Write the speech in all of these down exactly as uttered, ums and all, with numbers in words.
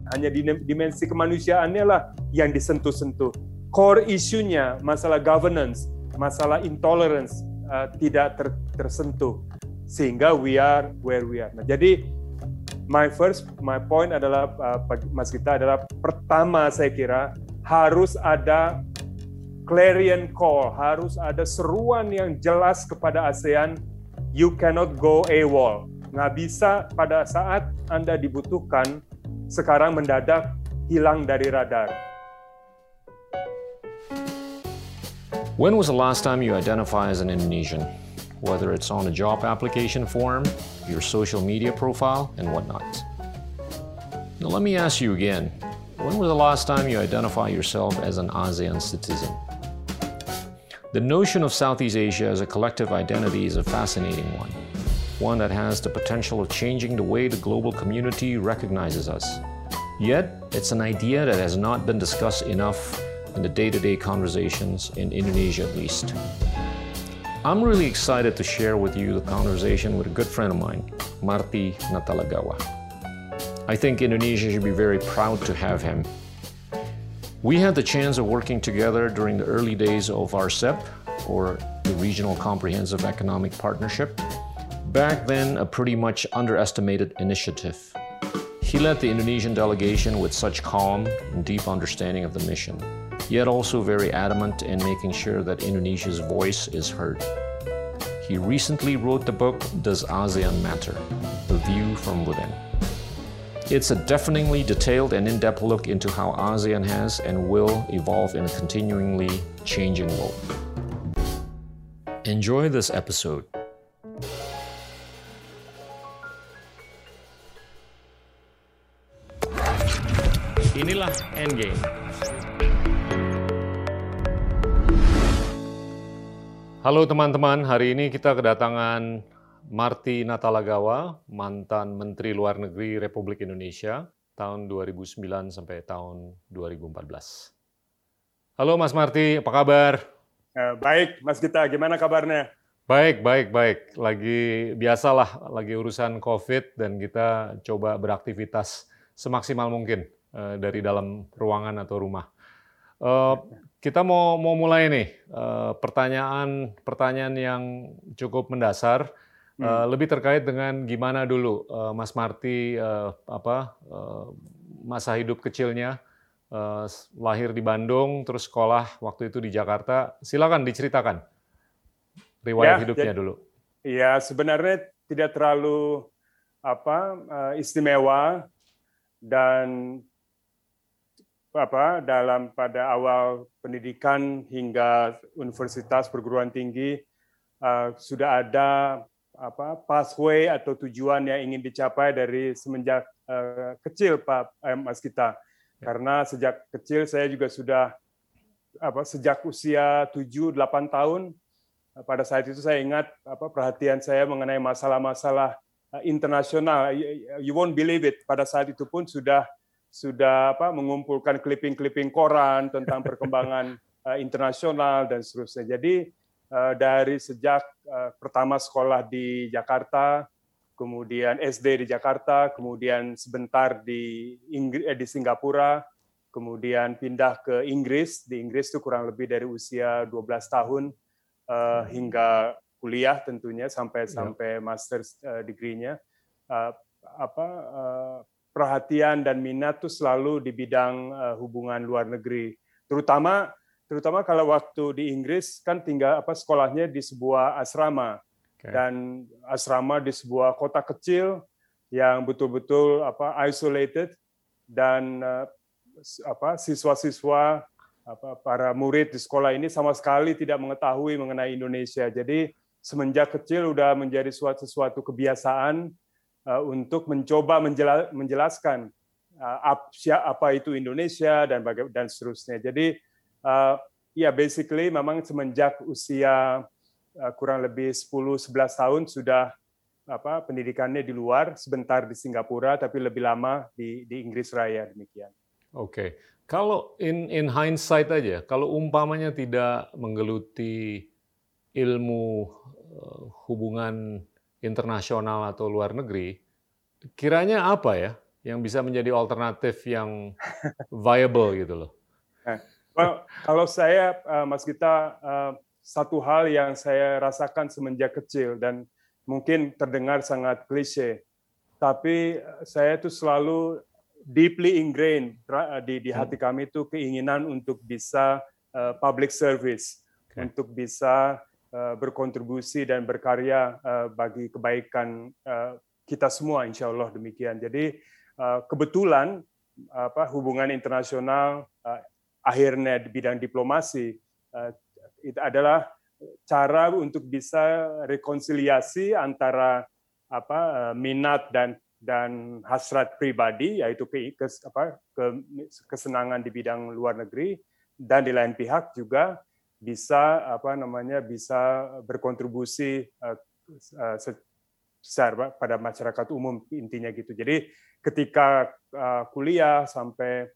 hanya dimensi kemanusiaannya lah yang disentuh-sentuh. Core isunya, masalah governance, masalah intolerance uh, tidak ter, tersentuh, sehingga we are where we are. Nah, jadi my first, my point adalah, uh, Mas Gita, adalah pertama saya kira harus ada clarion call, harus ada seruan yang jelas kepada ASEAN, you cannot go AWOL. Nggak bisa pada saat Anda dibutuhkan, sekarang mendadak hilang dari radar. When was the last time you identify as an Indonesian? Whether it's on a job application form, your social media profile, and whatnot. Now let me ask you again, when was the last time you identify yourself as an ASEAN citizen? The notion of Southeast Asia as a collective identity is a fascinating one, one that has the potential of changing the way the global community recognizes us. Yet, it's an idea that has not been discussed enough in the day-to-day conversations in Indonesia at least. I'm really excited to share with you the conversation with a good friend of mine, Marty Natalegawa. I think Indonesia should be very proud to have him. We had the chance of working together during the early days of R C E P, or the Regional Comprehensive Economic Partnership. Back then, a pretty much underestimated initiative. He led the Indonesian delegation with such calm and deep understanding of the mission, yet also very adamant in making sure that Indonesia's voice is heard. He recently wrote the book, Does ASEAN Matter? A View from Within. It's a deafeningly detailed and in-depth look into how ASEAN has and will evolve in a continually changing world. Enjoy this episode. Inilah Endgame. Halo teman-teman, hari ini kita kedatangan Marty Natalegawa, mantan Menteri Luar Negeri Republik Indonesia tahun dua ribu sembilan sampai tahun dua ribu empat belas. Halo Mas Marty, apa kabar? Uh, baik, Mas Gita, gimana kabarnya? Baik, baik, baik. Lagi biasalah, lagi urusan COVID dan kita coba beraktivitas semaksimal mungkin uh, dari dalam ruangan atau rumah. Uh, kita mau mau mulai nih uh, pertanyaan pertanyaan yang cukup mendasar. Uh, hmm. Lebih terkait dengan gimana dulu uh, Mas Marty uh, apa uh, masa hidup kecilnya, uh, lahir di Bandung terus sekolah waktu itu di Jakarta. Silakan diceritakan riwayat ya, hidupnya ya, dulu. Iya, sebenarnya tidak terlalu apa uh, istimewa, dan apa dalam pada awal pendidikan hingga universitas perguruan tinggi uh, sudah ada apa pathway atau tujuan yang ingin dicapai dari semenjak uh, kecil, Pak eh, Mas Gita. Karena sejak kecil saya juga sudah apa sejak usia tujuh delapan tahun, pada saat itu saya ingat apa perhatian saya mengenai masalah-masalah uh, internasional. You, you won't believe it, pada saat itu pun sudah sudah apa mengumpulkan clipping-clipping koran tentang perkembangan uh, internasional dan seterusnya. Jadi Uh, dari sejak uh, pertama sekolah di Jakarta, kemudian S D di Jakarta, kemudian sebentar di Inggris, eh, di Singapura, kemudian pindah ke Inggris. Di Inggris itu kurang lebih dari usia dua belas tahun uh, hingga kuliah tentunya sampai sampai master uh, degree-nya. Uh, apa uh, perhatian dan minat tuh selalu di bidang uh, hubungan luar negeri, terutama terutama kalau waktu di Inggris kan tinggal apa sekolahnya di sebuah asrama. Okay. Dan asrama di sebuah kota kecil yang betul-betul apa isolated, dan uh, apa siswa-siswa apa para murid di sekolah ini sama sekali tidak mengetahui mengenai Indonesia. Jadi semenjak kecil udah menjadi suatu suatu kebiasaan uh, untuk mencoba menjela, menjelaskan uh, apa itu Indonesia dan baga- dan seterusnya. Jadi Uh, ya, yeah, basically memang semenjak usia uh, kurang lebih sepuluh sebelas tahun sudah apa pendidikannya di luar, sebentar di Singapura, tapi lebih lama di, di Inggris Raya, demikian. Oke, okay. Kalau in in hindsight aja, kalau umpamanya tidak menggeluti ilmu hubungan internasional atau luar negeri, kiranya apa ya yang bisa menjadi alternatif yang viable gitu loh? Nah, well, kalau saya, uh, Mas Gita, uh, satu hal yang saya rasakan semenjak kecil dan mungkin terdengar sangat klise, tapi saya itu selalu deeply ingrained di, di hati kami itu keinginan untuk bisa uh, public service, okay. untuk bisa uh, berkontribusi dan berkarya uh, bagi kebaikan uh, kita semua, insya Allah demikian. Jadi uh, kebetulan apa, hubungan internasional uh, akhirnya di bidang diplomasi uh, itu adalah cara untuk bisa rekonsiliasi antara apa minat dan dan hasrat pribadi, yaitu ke, ke apa ke, kesenangan di bidang luar negeri, dan di lain pihak juga bisa apa namanya bisa berkontribusi uh, uh, secara pada masyarakat umum, intinya gitu. Jadi ketika uh, kuliah sampai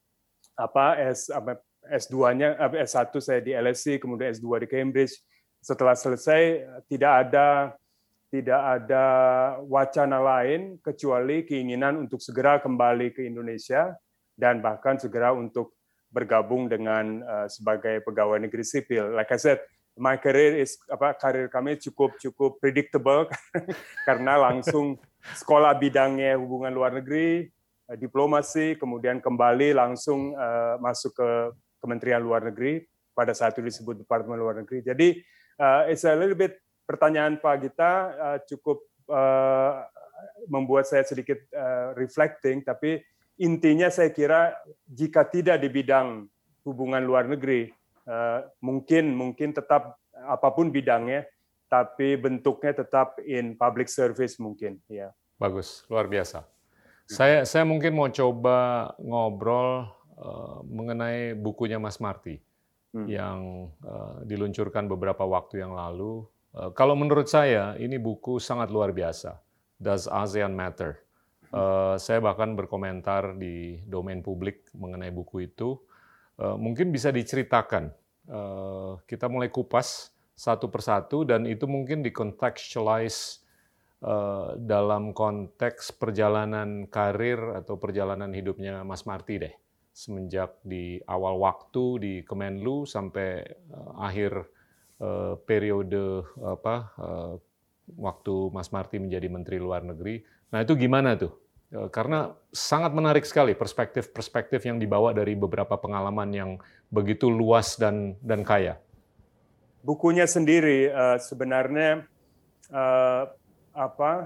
apa S apa S dua-nya, S satu saya di L S E, kemudian S dua di Cambridge. Setelah selesai tidak ada tidak ada wacana lain kecuali keinginan untuk segera kembali ke Indonesia dan bahkan segera untuk bergabung dengan uh, sebagai pegawai negeri sipil. Like I said, my career is apa karir kami cukup cukup predictable karena langsung sekolah bidangnya hubungan luar negeri, uh, diplomasi, kemudian kembali langsung uh, masuk ke Kementerian Luar Negeri, pada saat itu disebut Departemen Luar Negeri. Jadi uh, it's a little bit pertanyaan Pak Gita uh, cukup uh, membuat saya sedikit uh, reflecting, tapi intinya saya kira jika tidak di bidang hubungan luar negeri, uh, mungkin mungkin tetap apapun bidangnya, tapi bentuknya tetap in public service mungkin. Ya. Bagus, luar biasa. Saya saya mungkin mau coba ngobrol uh, mengenai bukunya Mas Marty hmm. yang uh, diluncurkan beberapa waktu yang lalu. Uh, kalau menurut saya, ini buku sangat luar biasa. Does ASEAN Matter? Uh, saya bahkan berkomentar di domain publik mengenai buku itu. Uh, mungkin bisa diceritakan. Uh, kita mulai kupas satu persatu, dan itu mungkin dikontekstualize uh, dalam konteks perjalanan karir atau perjalanan hidupnya Mas Marty deh. Semenjak di awal waktu di Kemenlu sampai uh, akhir Uh, periode apa uh, waktu Mas Marty menjadi Menteri Luar Negeri. Nah itu gimana tuh? Uh, karena sangat menarik sekali perspektif-perspektif yang dibawa dari beberapa pengalaman yang begitu luas dan dan kaya. Bukunya sendiri uh, sebenarnya uh, apa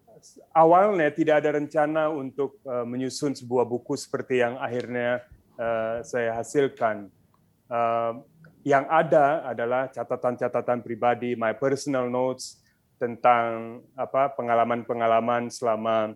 awalnya tidak ada rencana untuk uh, menyusun sebuah buku seperti yang akhirnya uh, saya hasilkan. Uh, Yang ada adalah catatan-catatan pribadi, my personal notes tentang apa pengalaman-pengalaman selama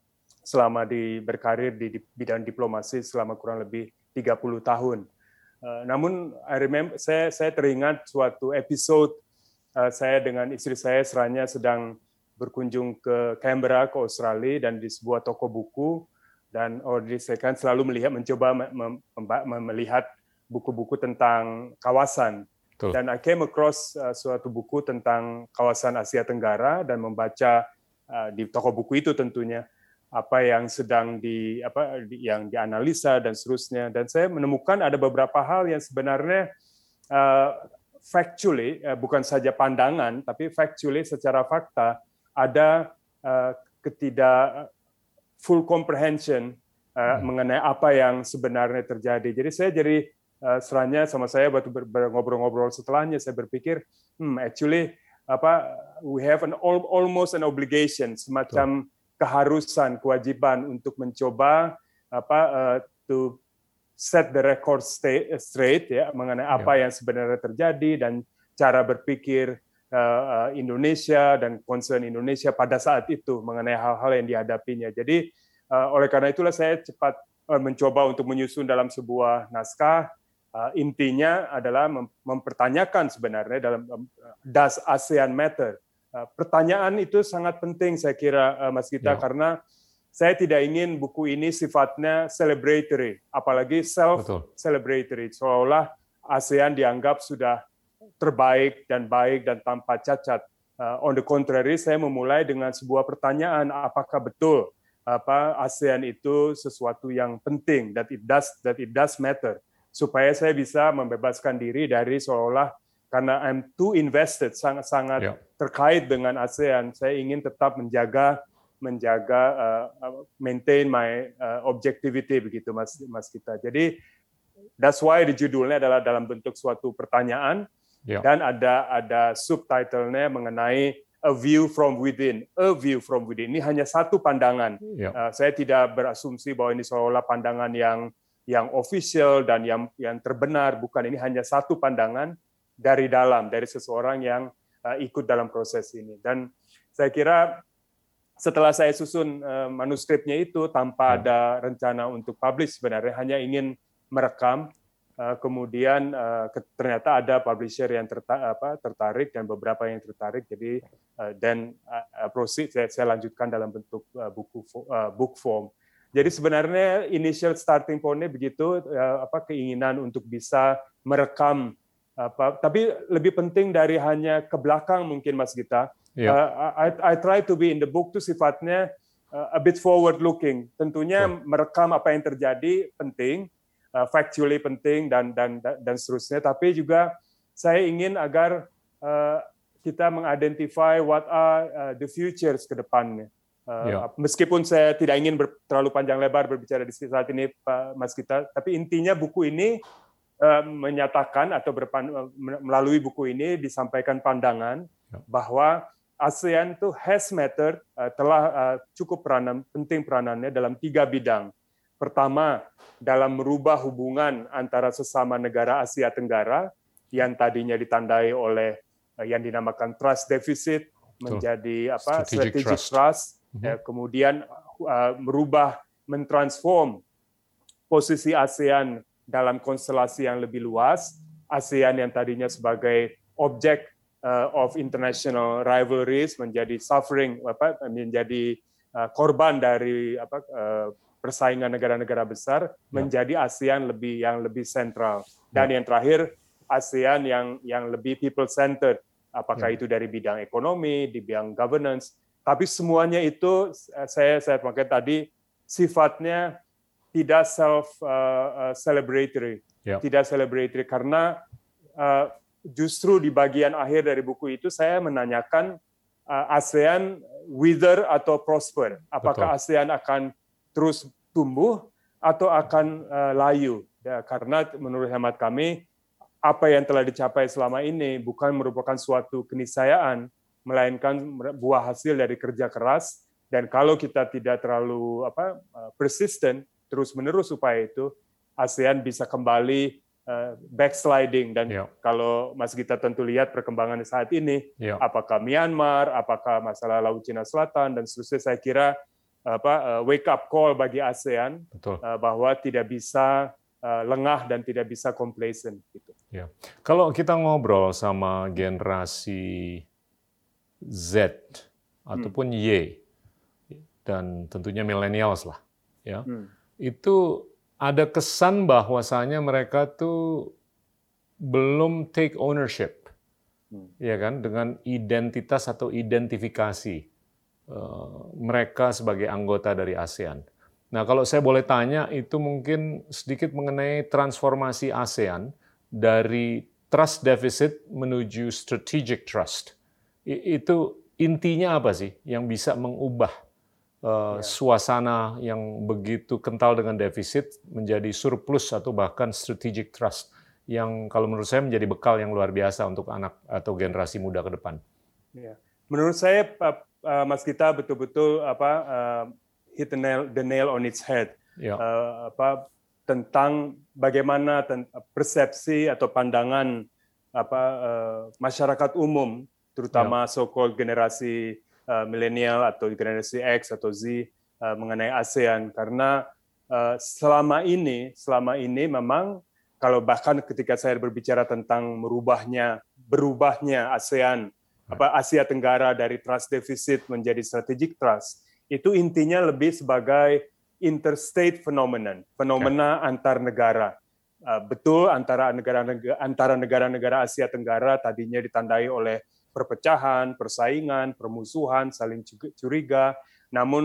selama di berkarir di, di bidang diplomasi selama kurang lebih tiga puluh tahun. Uh, namun I remember saya saya teringat suatu episode uh, saya dengan istri saya seranya sedang berkunjung ke Canberra ke Australia dan di sebuah toko buku, dan oh, saya kan selalu melihat mencoba mem, mem, melihat buku-buku tentang kawasan. Betul. Dan I came across uh, suatu buku tentang kawasan Asia Tenggara dan membaca uh, di toko buku itu tentunya apa yang sedang di apa di, yang dianalisa dan seterusnya. Dan saya menemukan ada beberapa hal yang sebenarnya uh, factually uh, bukan saja pandangan tapi factually secara fakta ada uh, ketidak full comprehension uh, hmm. mengenai apa yang sebenarnya terjadi. Jadi saya jadi Uh, seranya sama saya waktu ber, ber, ngobrol-ngobrol setelahnya saya berpikir, hmm, actually apa we have an almost an obligation, semacam Betul. keharusan, kewajiban untuk mencoba apa uh, to set the record stay, straight ya mengenai yeah. apa yang sebenarnya terjadi dan cara berpikir uh, uh, Indonesia dan concern Indonesia pada saat itu mengenai hal-hal yang dihadapinya. Jadi uh, oleh karena itulah saya cepat uh, mencoba untuk menyusun dalam sebuah naskah. Uh, intinya adalah mem- mempertanyakan sebenarnya dalam um, does ASEAN matter? Uh, pertanyaan itu sangat penting saya kira uh, Mas Gita ya. Karena saya tidak ingin buku ini sifatnya celebratory, apalagi self-celebratory, seolah ASEAN dianggap sudah terbaik dan baik dan tanpa cacat. Uh, on the contrary, saya memulai dengan sebuah pertanyaan, apakah betul apa ASEAN itu sesuatu yang penting, that it does that it does matter, supaya saya bisa membebaskan diri dari seolah karena I'm too invested, sangat-sangat yeah. terkait dengan ASEAN, saya ingin tetap menjaga menjaga uh, maintain my uh, objectivity begitu Mas Mas Gita. Jadi that's why di judulnya adalah dalam bentuk suatu pertanyaan yeah. dan ada ada subtitlenya mengenai a view from within, a view from within. Ini hanya satu pandangan. Yeah. Uh, saya tidak berasumsi bahwa ini seolah pandangan yang yang official dan yang yang terbenar. Bukan, ini hanya satu pandangan dari dalam, dari seseorang yang uh, ikut dalam proses ini. Dan saya kira setelah saya susun uh, manuskripnya itu tanpa yeah. ada rencana untuk publish, sebenarnya hanya ingin merekam. Uh, kemudian uh, ke, ternyata ada publisher yang terta, apa, tertarik dan beberapa yang tertarik, jadi uh, dan uh, proceed saya, saya lanjutkan dalam bentuk uh, buku uh, book form. Jadi sebenarnya initial starting point-nya begitu, uh, apa keinginan untuk bisa merekam, apa, tapi lebih penting dari hanya ke belakang mungkin Mas Gita. Yeah. Uh, I, I try to be in the book itu sifatnya uh, a bit forward looking. Tentunya oh. merekam apa yang terjadi penting. Uh, factually penting dan dan dan seterusnya, tapi juga saya ingin agar uh, kita mengidentify what are uh, the futures ke depannya. Uh, yeah. Meskipun saya tidak ingin ber, terlalu panjang lebar berbicara di saat ini, Pak Mas Gita, tapi intinya buku ini uh, menyatakan atau berpan, melalui buku ini disampaikan pandangan yeah. bahwa ASEAN itu has mattered, uh, telah uh, cukup peranan penting peranannya dalam tiga bidang. Pertama, dalam merubah hubungan antara sesama negara Asia Tenggara yang tadinya ditandai oleh yang dinamakan trust deficit menjadi apa strategic, strategic trust, trust. Mm-hmm. Ya, kemudian uh, merubah, mentransform posisi ASEAN dalam konstelasi yang lebih luas. ASEAN yang tadinya sebagai objek uh, of international rivalries menjadi suffering, apa menjadi uh, korban dari apa uh, persaingan negara-negara besar, ya. menjadi ASEAN lebih yang lebih sentral. Dan ya. yang terakhir, ASEAN yang yang lebih people centered, apakah ya. itu dari bidang ekonomi, di bidang governance, tapi semuanya itu saya saya pakai tadi sifatnya tidak self uh, celebratory, ya. tidak celebratory karena uh, justru di bagian akhir dari buku itu saya menanyakan uh, ASEAN wither atau prosper, apakah Betul. ASEAN akan terus tumbuh atau akan uh, layu, ya, karena menurut hemat kami apa yang telah dicapai selama ini bukan merupakan suatu keniscayaan, melainkan buah hasil dari kerja keras, dan kalau kita tidak terlalu apa uh, persisten terus menerus supaya itu ASEAN bisa kembali uh, backsliding. Dan yeah. kalau Mas Gita tentu lihat perkembangan saat ini, yeah. apakah Myanmar, apakah masalah Laut Cina Selatan dan seterusnya, saya kira apa wake up call bagi ASEAN Betul. bahwa tidak bisa uh, lengah dan tidak bisa complacent gitu. Ya. Kalau kita ngobrol sama generasi Z ataupun hmm. Y dan tentunya millennials lah, ya, hmm. itu ada kesan bahwasanya mereka tuh belum take ownership, hmm. ya kan, dengan identitas atau identifikasi mereka sebagai anggota dari ASEAN. Nah, kalau saya boleh tanya, itu mungkin sedikit mengenai transformasi ASEAN dari trust deficit menuju strategic trust. Itu intinya apa sih yang bisa mengubah uh, ya. suasana yang begitu kental dengan defisit menjadi surplus atau bahkan strategic trust, yang kalau menurut saya menjadi bekal yang luar biasa untuk anak atau generasi muda ke depan? Ya. Menurut saya, Uh, Mas Gita betul-betul apa uh, hit the nail, the nail on its head, ya. uh, apa tentang bagaimana ten, persepsi atau pandangan apa uh, masyarakat umum, terutama ya. so-called generasi uh, milenial atau generasi X atau Z uh, mengenai ASEAN, karena uh, selama ini selama ini memang kalau bahkan ketika saya berbicara tentang merubahnya berubahnya ASEAN apa Asia Tenggara dari trust deficit menjadi strategic trust, itu intinya lebih sebagai interstate phenomenon, fenomena okay. antar negara. Uh, betul antara negara-negara antara negara-negara Asia Tenggara tadinya ditandai oleh perpecahan, persaingan, permusuhan, saling curiga. Namun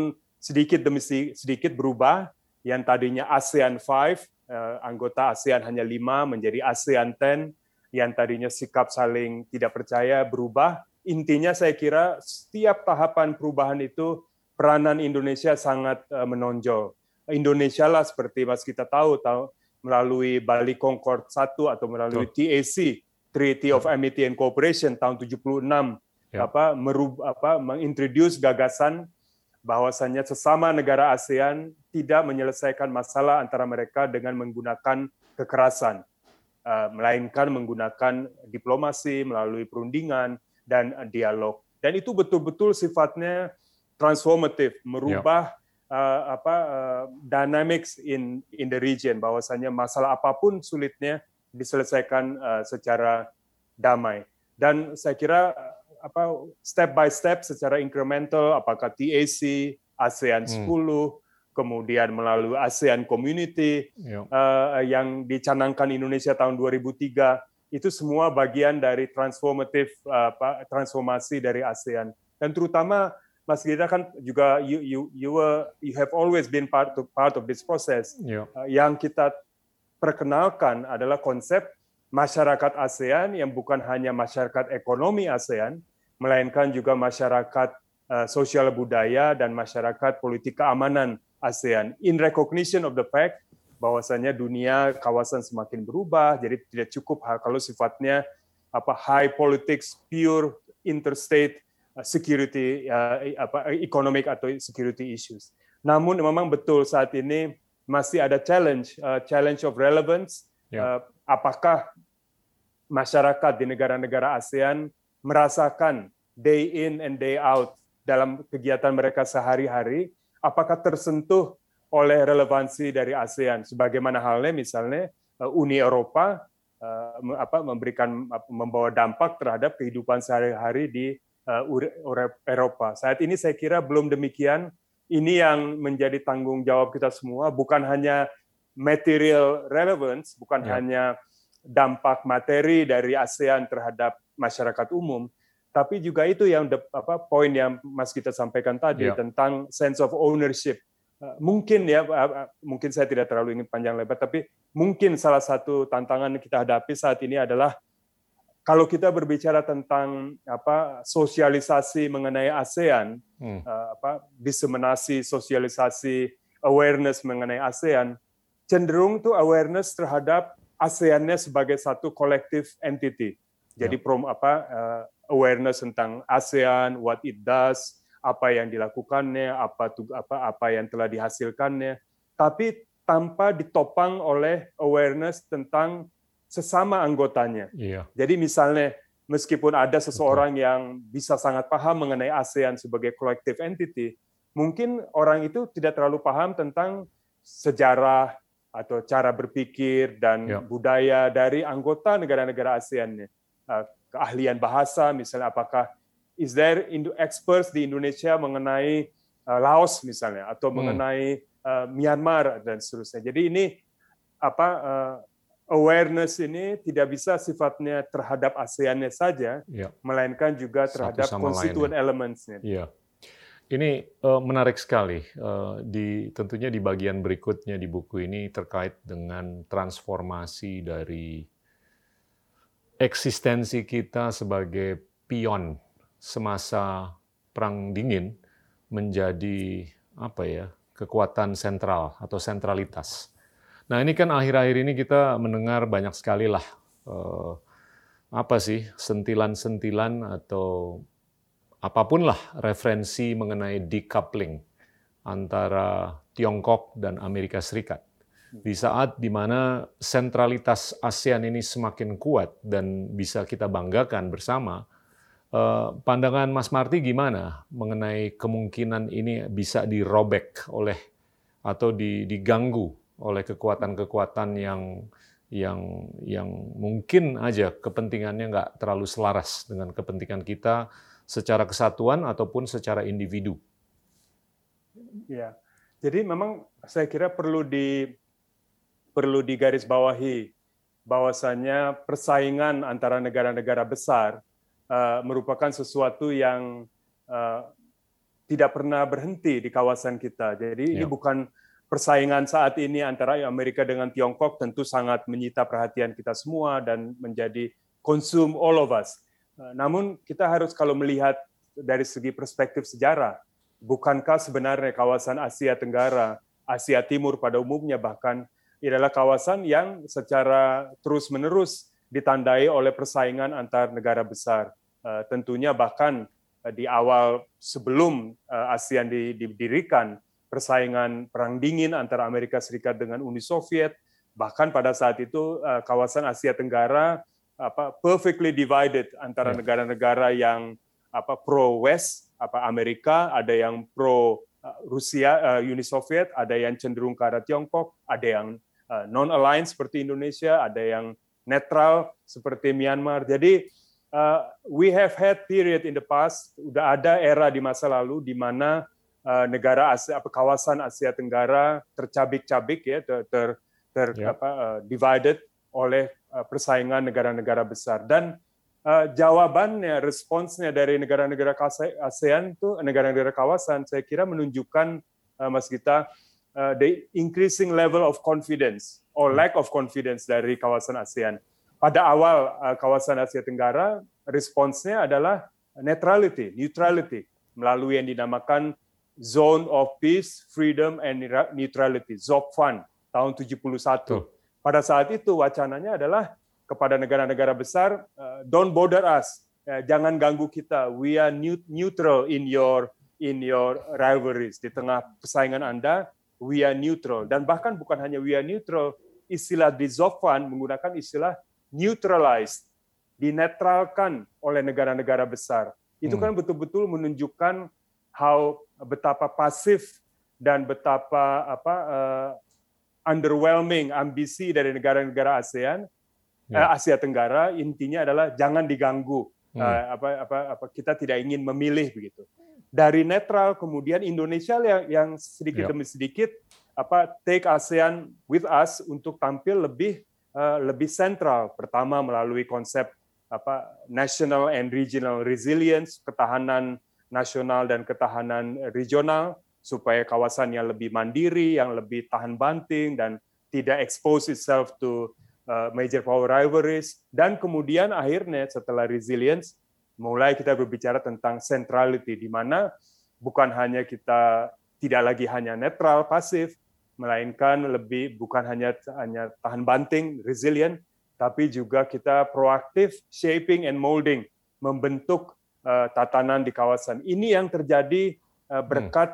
sedikit demi sedikit berubah, yang tadinya ASEAN lima, uh, anggota ASEAN hanya lima menjadi ASEAN sepuluh, yang tadinya sikap saling tidak percaya berubah. Intinya saya kira setiap tahapan perubahan itu peranan Indonesia sangat uh, menonjol. Indonesia lah seperti Mas kita tahu, tahu melalui Bali Concord satu atau melalui T A C, Treaty of Amity and Cooperation tahun tujuh puluh enam, ya. apa merub apa mengintroduce gagasan bahwasannya sesama negara ASEAN tidak menyelesaikan masalah antara mereka dengan menggunakan kekerasan, uh, melainkan menggunakan diplomasi melalui perundingan dan uh, dialog. Dan itu betul-betul sifatnya transformatif, merubah yeah. uh, apa uh, dynamics in in the region, bahwasanya masalah apapun sulitnya diselesaikan uh, secara damai. Dan saya kira apa step by step secara incremental, apakah T A C, ASEAN sepuluh, hmm. kemudian melalui ASEAN Community yeah. uh, yang dicanangkan Indonesia tahun dua ribu tiga, itu semua bagian dari transformatif uh, transformasi dari ASEAN. Dan terutama Mas Gita kan juga you you you were you have always been part of part of this process. Yeah. Uh, yang kita perkenalkan adalah konsep masyarakat ASEAN yang bukan hanya masyarakat ekonomi ASEAN, melainkan juga masyarakat uh, sosial budaya dan masyarakat politik keamanan ASEAN. In recognition of the fact bahwasanya dunia kawasan semakin berubah, jadi tidak cukup kalau sifatnya apa high politics, pure interstate uh, security, uh, apa economic atau security issues. Namun memang betul saat ini masih ada challenge, uh, challenge of relevance. Yeah. Uh, apakah masyarakat di negara-negara ASEAN merasakan day in and day out dalam kegiatan mereka sehari-hari, apakah tersentuh oleh relevansi dari ASEAN, sebagaimana halnya misalnya Uni Eropa uh, apa, memberikan membawa dampak terhadap kehidupan sehari-hari di uh, Eropa. Saat ini saya kira belum demikian. Ini yang menjadi tanggung jawab kita semua, bukan hanya material relevance, bukan ya. hanya dampak materi dari ASEAN terhadap masyarakat umum, tapi juga itu yang apa poin yang Mas kita sampaikan tadi yeah. tentang sense of ownership. Mungkin ya, mungkin saya tidak terlalu ingin panjang lebar, tapi mungkin salah satu tantangan yang kita hadapi saat ini adalah kalau kita berbicara tentang apa sosialisasi mengenai ASEAN, hmm. apa diseminasi sosialisasi awareness mengenai ASEAN, cenderung tuh awareness terhadap ASEAN-nya sebagai satu collective entity. Jadi ya. prom apa uh, awareness tentang ASEAN, what it does, apa yang dilakukannya, apa apa apa yang telah dihasilkannya, tapi tanpa ditopang oleh awareness tentang sesama anggotanya. Ya. Jadi misalnya meskipun ada seseorang Betul. yang bisa sangat paham mengenai ASEAN sebagai collective entity, mungkin orang itu tidak terlalu paham tentang sejarah atau cara berpikir dan ya. budaya dari anggota negara-negara ASEAN-nya. Uh, keahlian bahasa, misalnya apakah is there experts di Indonesia mengenai uh, Laos misalnya, atau hmm. mengenai uh, Myanmar dan seterusnya. Jadi ini apa uh, awareness ini tidak bisa sifatnya terhadap ASEAN-nya saja, ya. melainkan juga terhadap constituent elements-nya. Ya. Ini uh, menarik sekali, uh, di, tentunya di bagian berikutnya di buku ini terkait dengan transformasi dari eksistensi kita sebagai pion semasa Perang Dingin menjadi apa ya kekuatan sentral atau sentralitas. Nah ini kan akhir-akhir ini kita mendengar banyak sekali lah uh, apa sih sentilan-sentilan atau apapun lah referensi mengenai decoupling antara Tiongkok dan Amerika Serikat. Di saat di mana sentralitas ASEAN ini semakin kuat dan bisa kita banggakan bersama, pandangan Mas Marty gimana mengenai kemungkinan ini bisa dirobek oleh atau diganggu oleh kekuatan-kekuatan yang yang yang mungkin aja kepentingannya nggak terlalu selaras dengan kepentingan kita secara kesatuan ataupun secara individu. Ya, jadi memang saya kira perlu di perlu digarisbawahi bahwasanya persaingan antara negara-negara besar uh, merupakan sesuatu yang uh, tidak pernah berhenti di kawasan kita. Jadi yeah. ini bukan persaingan saat ini antara Amerika dengan Tiongkok, tentu sangat menyita perhatian kita semua dan menjadi consume all of us. Namun kita harus kalau melihat dari segi perspektif sejarah, bukankah sebenarnya kawasan Asia Tenggara, Asia Timur pada umumnya bahkan adalah kawasan yang secara terus-menerus ditandai oleh persaingan antar negara besar. Tentunya bahkan di awal sebelum ASEAN didirikan, persaingan perang dingin antara Amerika Serikat dengan Uni Soviet, bahkan pada saat itu kawasan Asia Tenggara apa perfectly divided antara yeah. negara-negara yang apa pro West, apa Amerika, ada yang pro Rusia, Uni Soviet, ada yang cenderung ke arah Tiongkok, ada yang non-aligned seperti Indonesia, ada yang netral seperti Myanmar. Jadi Uh, we have had period in the past, udah ada era di masa lalu di mana uh, negara Asia, apa, kawasan Asia Tenggara tercabik-cabik ya, ter, ter, ter yeah. apa, uh, divided oleh uh, persaingan negara-negara besar. Dan uh, jawabannya, responsnya dari negara-negara ASEAN itu, negara-negara kawasan, saya kira menunjukkan uh, Mas Gita, uh, the increasing level of confidence or lack of confidence dari kawasan ASEAN. Pada awal kawasan Asia Tenggara, responsnya adalah neutrality, neutrality, melalui yang dinamakan Zone of Peace, Freedom, and Neutrality, Z O P F U N, tahun tujuh puluh satu. Pada saat itu wacananya adalah kepada negara-negara besar, don't bother us, jangan ganggu kita, we are neutral in your in your rivalries, di tengah persaingan Anda, we are neutral. Dan bahkan bukan hanya we are neutral, istilah di Z O P F U N menggunakan istilah neutralized, dinetralkan oleh negara-negara besar. Itu kan betul-betul menunjukkan how betapa pasif dan betapa apa uh, underwhelming ambisi dari negara-negara ASEAN, yeah. uh, Asia Tenggara. Intinya adalah jangan diganggu. Hmm. Uh, apa, apa, apa kita tidak ingin memilih begitu. Dari netral kemudian Indonesia yang, yang sedikit yeah. demi sedikit apa take ASEAN with us untuk tampil lebih Uh, lebih sentral, pertama melalui konsep apa national and regional resilience, ketahanan nasional dan ketahanan regional, supaya kawasannya lebih mandiri, yang lebih tahan banting dan tidak expose itself to uh, major power rivalries. Dan kemudian akhirnya setelah resilience, mulai kita berbicara tentang centrality, di mana bukan hanya kita tidak lagi hanya netral, pasif, melainkan lebih bukan hanya hanya tahan banting, resilient, tapi juga kita proaktif, shaping and molding, membentuk uh, tatanan di kawasan. Ini yang terjadi uh, berkat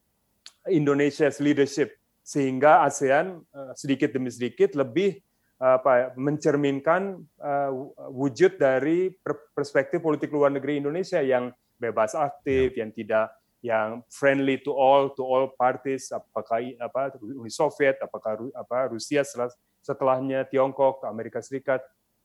hmm. Indonesia's leadership, sehingga ASEAN uh, sedikit demi sedikit lebih uh, apa, mencerminkan uh, wujud dari perspektif politik luar negeri Indonesia yang bebas aktif, yeah. yang tidak yang friendly to all to all parties, apakah apa Uni Soviet, apakah apa Rusia setelah, setelahnya Tiongkok, Amerika Serikat,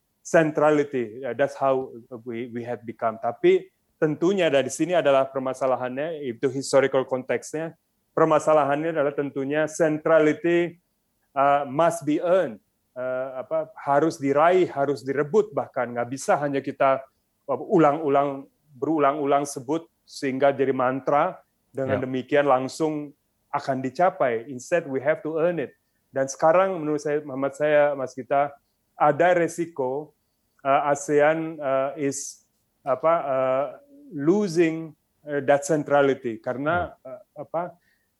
centrality, that's how we we have become. Tapi tentunya dari sini adalah permasalahannya, itu historical konteksnya. Permasalahannya adalah tentunya centrality uh, must be earned, uh, apa harus diraih, harus direbut, bahkan nggak bisa hanya kita ulang-ulang berulang-ulang sebut sehingga jadi mantra, dengan yeah. demikian langsung akan dicapai. Instead, we have to earn it. Dan sekarang menurut saya, Muhammad saya, Mas Gita, ada resiko uh, ASEAN uh, is apa uh, losing uh, that centrality, karena uh, apa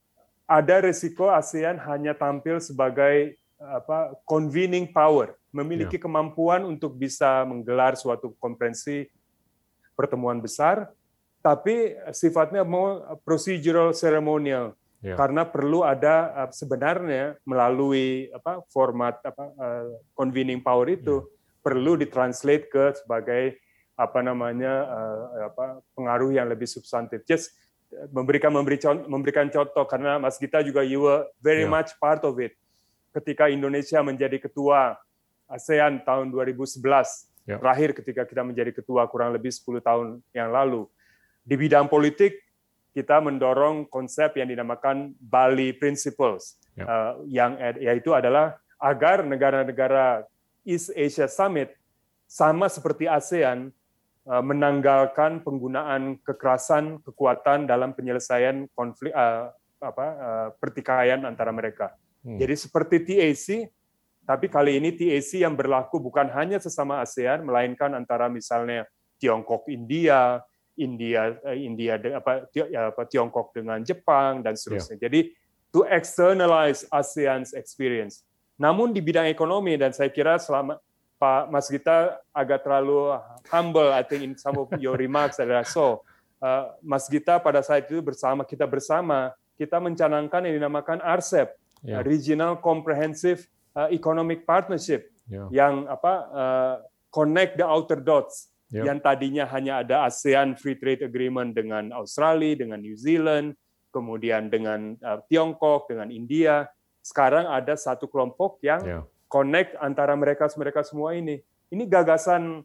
ada resiko ASEAN hanya tampil sebagai uh, apa convening power, memiliki yeah. kemampuan untuk bisa menggelar suatu konferensi pertemuan besar, tapi sifatnya mau procedural ceremonial, yeah. karena perlu ada sebenarnya melalui apa format apa uh, convening power itu yeah. perlu ditranslate ke sebagai apa namanya uh, apa pengaruh yang lebih substantif. Just memberikan memberi contoh, memberikan contoh karena Mas Gita juga you were very yeah. much part of it ketika Indonesia menjadi ketua ASEAN tahun dua ribu sebelas, yeah. terakhir ketika kita menjadi ketua kurang lebih sepuluh tahun yang lalu. Di bidang politik, kita mendorong konsep yang dinamakan Bali Principles, yep. uh, yang yaitu adalah agar negara-negara East Asia Summit sama seperti ASEAN uh, menanggalkan penggunaan kekerasan, kekuatan dalam penyelesaian konflik uh, apa uh, pertikaian antara mereka. Hmm. Jadi seperti T A C, tapi kali ini T A C yang berlaku bukan hanya sesama ASEAN, melainkan antara misalnya Tiongkok, India, India, India apa, apa Tiongkok dengan Jepang dan seterusnya. Yeah. Jadi to externalize ASEAN's experience. Namun di bidang ekonomi, dan saya kira selama Pak Mas Gita agak terlalu humble, I think in some of your remarks adalah so. Uh, Mas Gita pada saat itu bersama kita bersama kita mencanangkan yang dinamakan R C E P, yeah. Regional Comprehensive Uh, economic partnership yeah. yang apa uh, connect the outer dots yeah. yang tadinya hanya ada ASEAN Free Trade Agreement dengan Australia, dengan New Zealand, kemudian dengan uh, Tiongkok, dengan India. Sekarang ada satu kelompok yang yeah. connect antara mereka mereka semua ini. Ini gagasan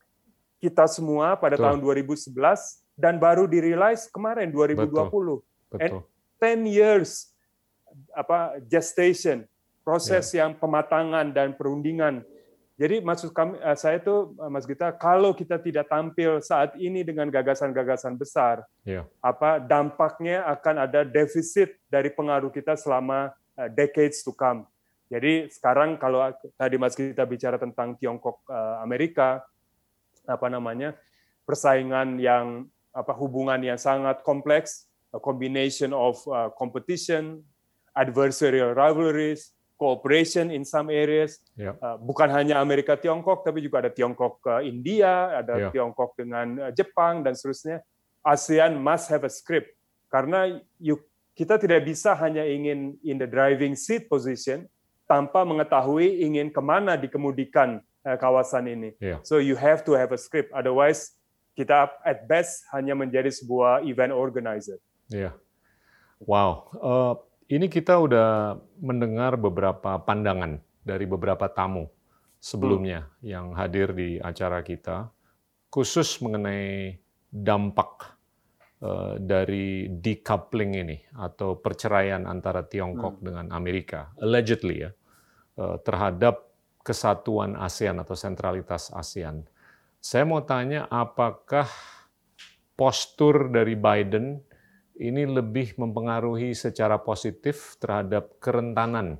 kita semua pada Betul. tahun dua ribu sebelas dan baru di-realize kemarin dua ribu dua puluh. Betul. Betul. And ten years apa gestation. Proses yeah. yang pematangan dan perundingan. Jadi maksud kami, saya itu, Mas Gita, kalau kita tidak tampil saat ini dengan gagasan-gagasan besar, yeah. apa dampaknya akan ada defisit dari pengaruh kita selama uh, decades to come. Jadi sekarang kalau tadi Mas Gita bicara tentang Tiongkok, uh, Amerika, apa namanya persaingan yang apa hubungan yang sangat kompleks, a combination of uh, competition, adversarial rivalries, cooperation in some areas, yeah. uh, bukan hanya Amerika Tiongkok, tapi juga ada Tiongkok uh, India, ada yeah. Tiongkok dengan uh, Jepang dan seterusnya. ASEAN must have a script karena you, kita tidak bisa hanya ingin in the driving seat position tanpa mengetahui ingin kemana dikemudikan uh, kawasan ini. Yeah. So you have to have a script, otherwise kita at best hanya menjadi sebuah event organizer. Yeah. Wow. Uh... Ini kita udah mendengar beberapa pandangan dari beberapa tamu sebelumnya hmm. yang hadir di acara kita, khusus mengenai dampak uh, dari decoupling ini atau perceraian antara Tiongkok hmm. dengan Amerika, allegedly ya, uh, terhadap kesatuan ASEAN atau sentralitas ASEAN. Saya mau tanya, apakah postur dari Biden ini lebih mempengaruhi secara positif terhadap kerentanan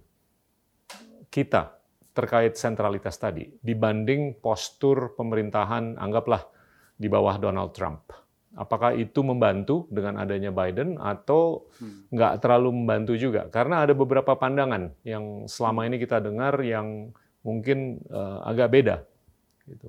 kita terkait sentralitas tadi dibanding postur pemerintahan anggaplah di bawah Donald Trump. Apakah itu membantu dengan adanya Biden atau nggak terlalu membantu juga? Karena ada beberapa pandangan yang selama ini kita dengar yang mungkin uh, agak beda. Gitu.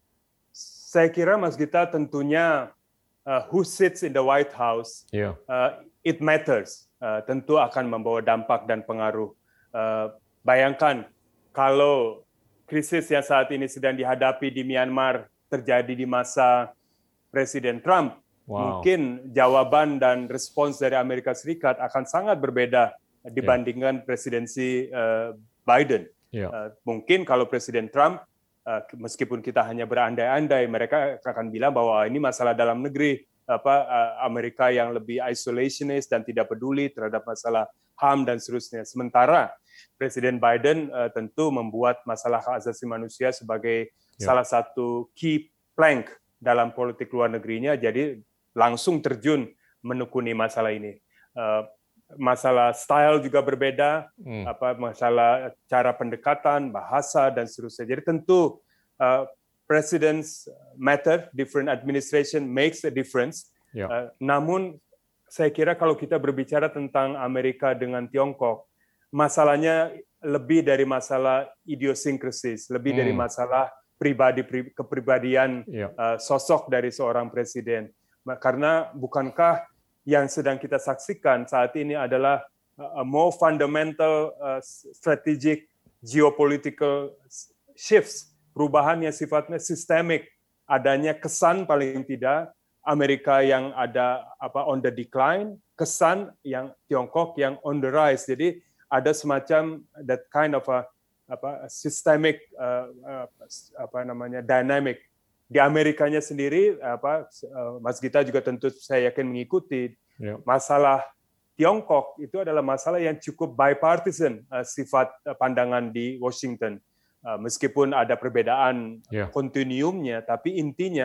Saya kira Mas Gita tentunya Uh, who sits in the White House, yeah. uh, it matters. Uh, tentu akan membawa dampak dan pengaruh. Uh, bayangkan kalau krisis yang saat ini sedang dihadapi di Myanmar terjadi di masa Presiden Trump, wow. mungkin jawaban dan respons dari Amerika Serikat akan sangat berbeda dibandingkan yeah. presidensi uh, Biden. Yeah. Uh, mungkin kalau Presiden Trump, Uh, meskipun kita hanya berandai-andai, mereka akan bilang bahwa ini masalah dalam negeri, apa uh, Amerika yang lebih isolationist dan tidak peduli terhadap masalah H A M dan seterusnya. Sementara Presiden Biden uh, tentu membuat masalah hak asasi manusia sebagai yeah. salah satu key plank dalam politik luar negerinya, jadi langsung terjun menekuni masalah ini. Uh, masalah style juga berbeda, hmm. apa masalah cara pendekatan, bahasa dan seterusnya. Jadi tentu uh, presidents matter, different administration makes a difference. Yeah. Uh, namun saya kira kalau kita berbicara tentang Amerika dengan Tiongkok, masalahnya lebih dari masalah idiosinkresis, lebih hmm. dari masalah pribadi kepribadian yeah. uh, sosok dari seorang presiden. Karena bukankah yang sedang kita saksikan saat ini adalah a more fundamental uh, strategic geopolitical shifts, perubahan yang sifatnya sistemik, adanya kesan paling tidak Amerika yang ada apa on the decline, kesan yang Tiongkok yang on the rise. Jadi ada semacam that kind of a apa systemic uh, uh, apa namanya dynamic. Di Amerikanya sendiri, apa Mas Gita juga tentu saya yakin mengikuti, yeah. masalah Tiongkok itu adalah masalah yang cukup bipartisan uh, sifat uh, pandangan di Washington. Uh, meskipun ada perbedaan yeah. kontinuumnya, tapi intinya